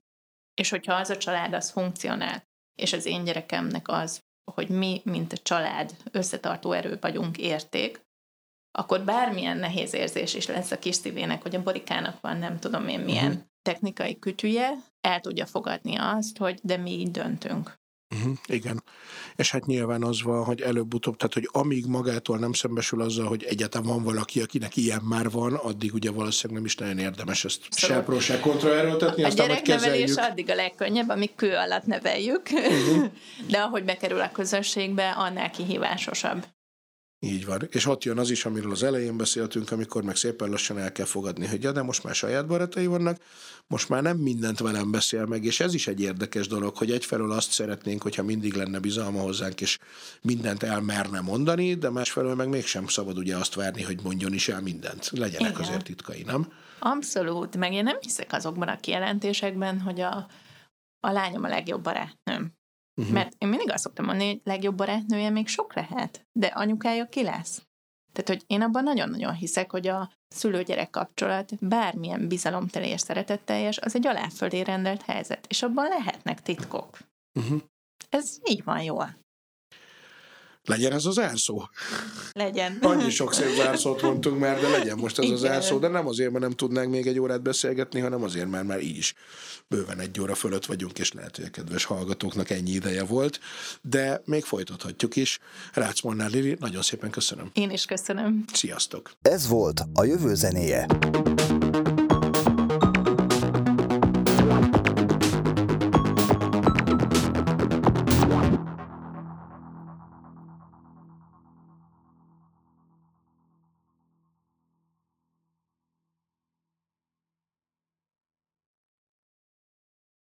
És hogyha az a család az funkcionál, és az én gyerekemnek az, hogy mi, mint a család összetartó erő vagyunk, érték, akkor bármilyen nehéz érzés is lesz a kis szívének, hogy a Borikának van nem tudom én milyen technikai kütyüje, el tudja fogadni azt, hogy de mi így döntünk. Igen. És hát nyilván az van, hogy előbb-utóbb, tehát hogy amíg magától nem szembesül azzal, hogy egyáltalán van valaki, akinek ilyen már van, addig ugye valószínűleg nem is nagyon érdemes ezt se pro, se kontra erőltetni, aztán majd kezeljük. A gyereknevelés addig a legkönnyebb, amíg kő alatt neveljük, de ahogy bekerül a közösségbe, annál kihívásosabb. Így van. És ott jön az is, amiről az elején beszéltünk, amikor meg szépen lassan el kell fogadni, hogy ja, de most már saját barátai vannak, most már nem mindent velem beszél meg, és ez is egy érdekes dolog, hogy egyfelől azt szeretnénk, hogyha mindig lenne bizalma hozzánk, és mindent elmerne mondani, de másfelől meg mégsem szabad ugye azt várni, hogy mondjon is el mindent. Legyenek igen. Azért titkai, nem? Abszolút, meg én nem hiszek azokban a kijelentésekben, hogy a lányom a legjobb barátnőm. Mert én mindig azt szoktam mondani, hogy legjobb barátnője még sok lehet, de anyukája ki lesz? Tehát, hogy én abban nagyon-nagyon hiszek, hogy a szülő-gyerek kapcsolat bármilyen bizalomteli és szeretetteljes, az egy aláfölé rendelt helyzet, és abban lehetnek titkok. Ez így van jól. Legyen ez az zárszó. Legyen. Annyi sok szép zárszót mondtunk már, de legyen most ez a zárszó, de nem azért, mert nem tudnánk még 1 órát beszélgetni, hanem azért, mert már így is bőven 1 óra fölött vagyunk, és lehet, hogy a kedves hallgatóknak ennyi ideje volt, de még folytathatjuk is. Rácz Molnár Lili, nagyon szépen köszönöm. Én is köszönöm. Sziasztok! Ez volt a Jövő zenéje.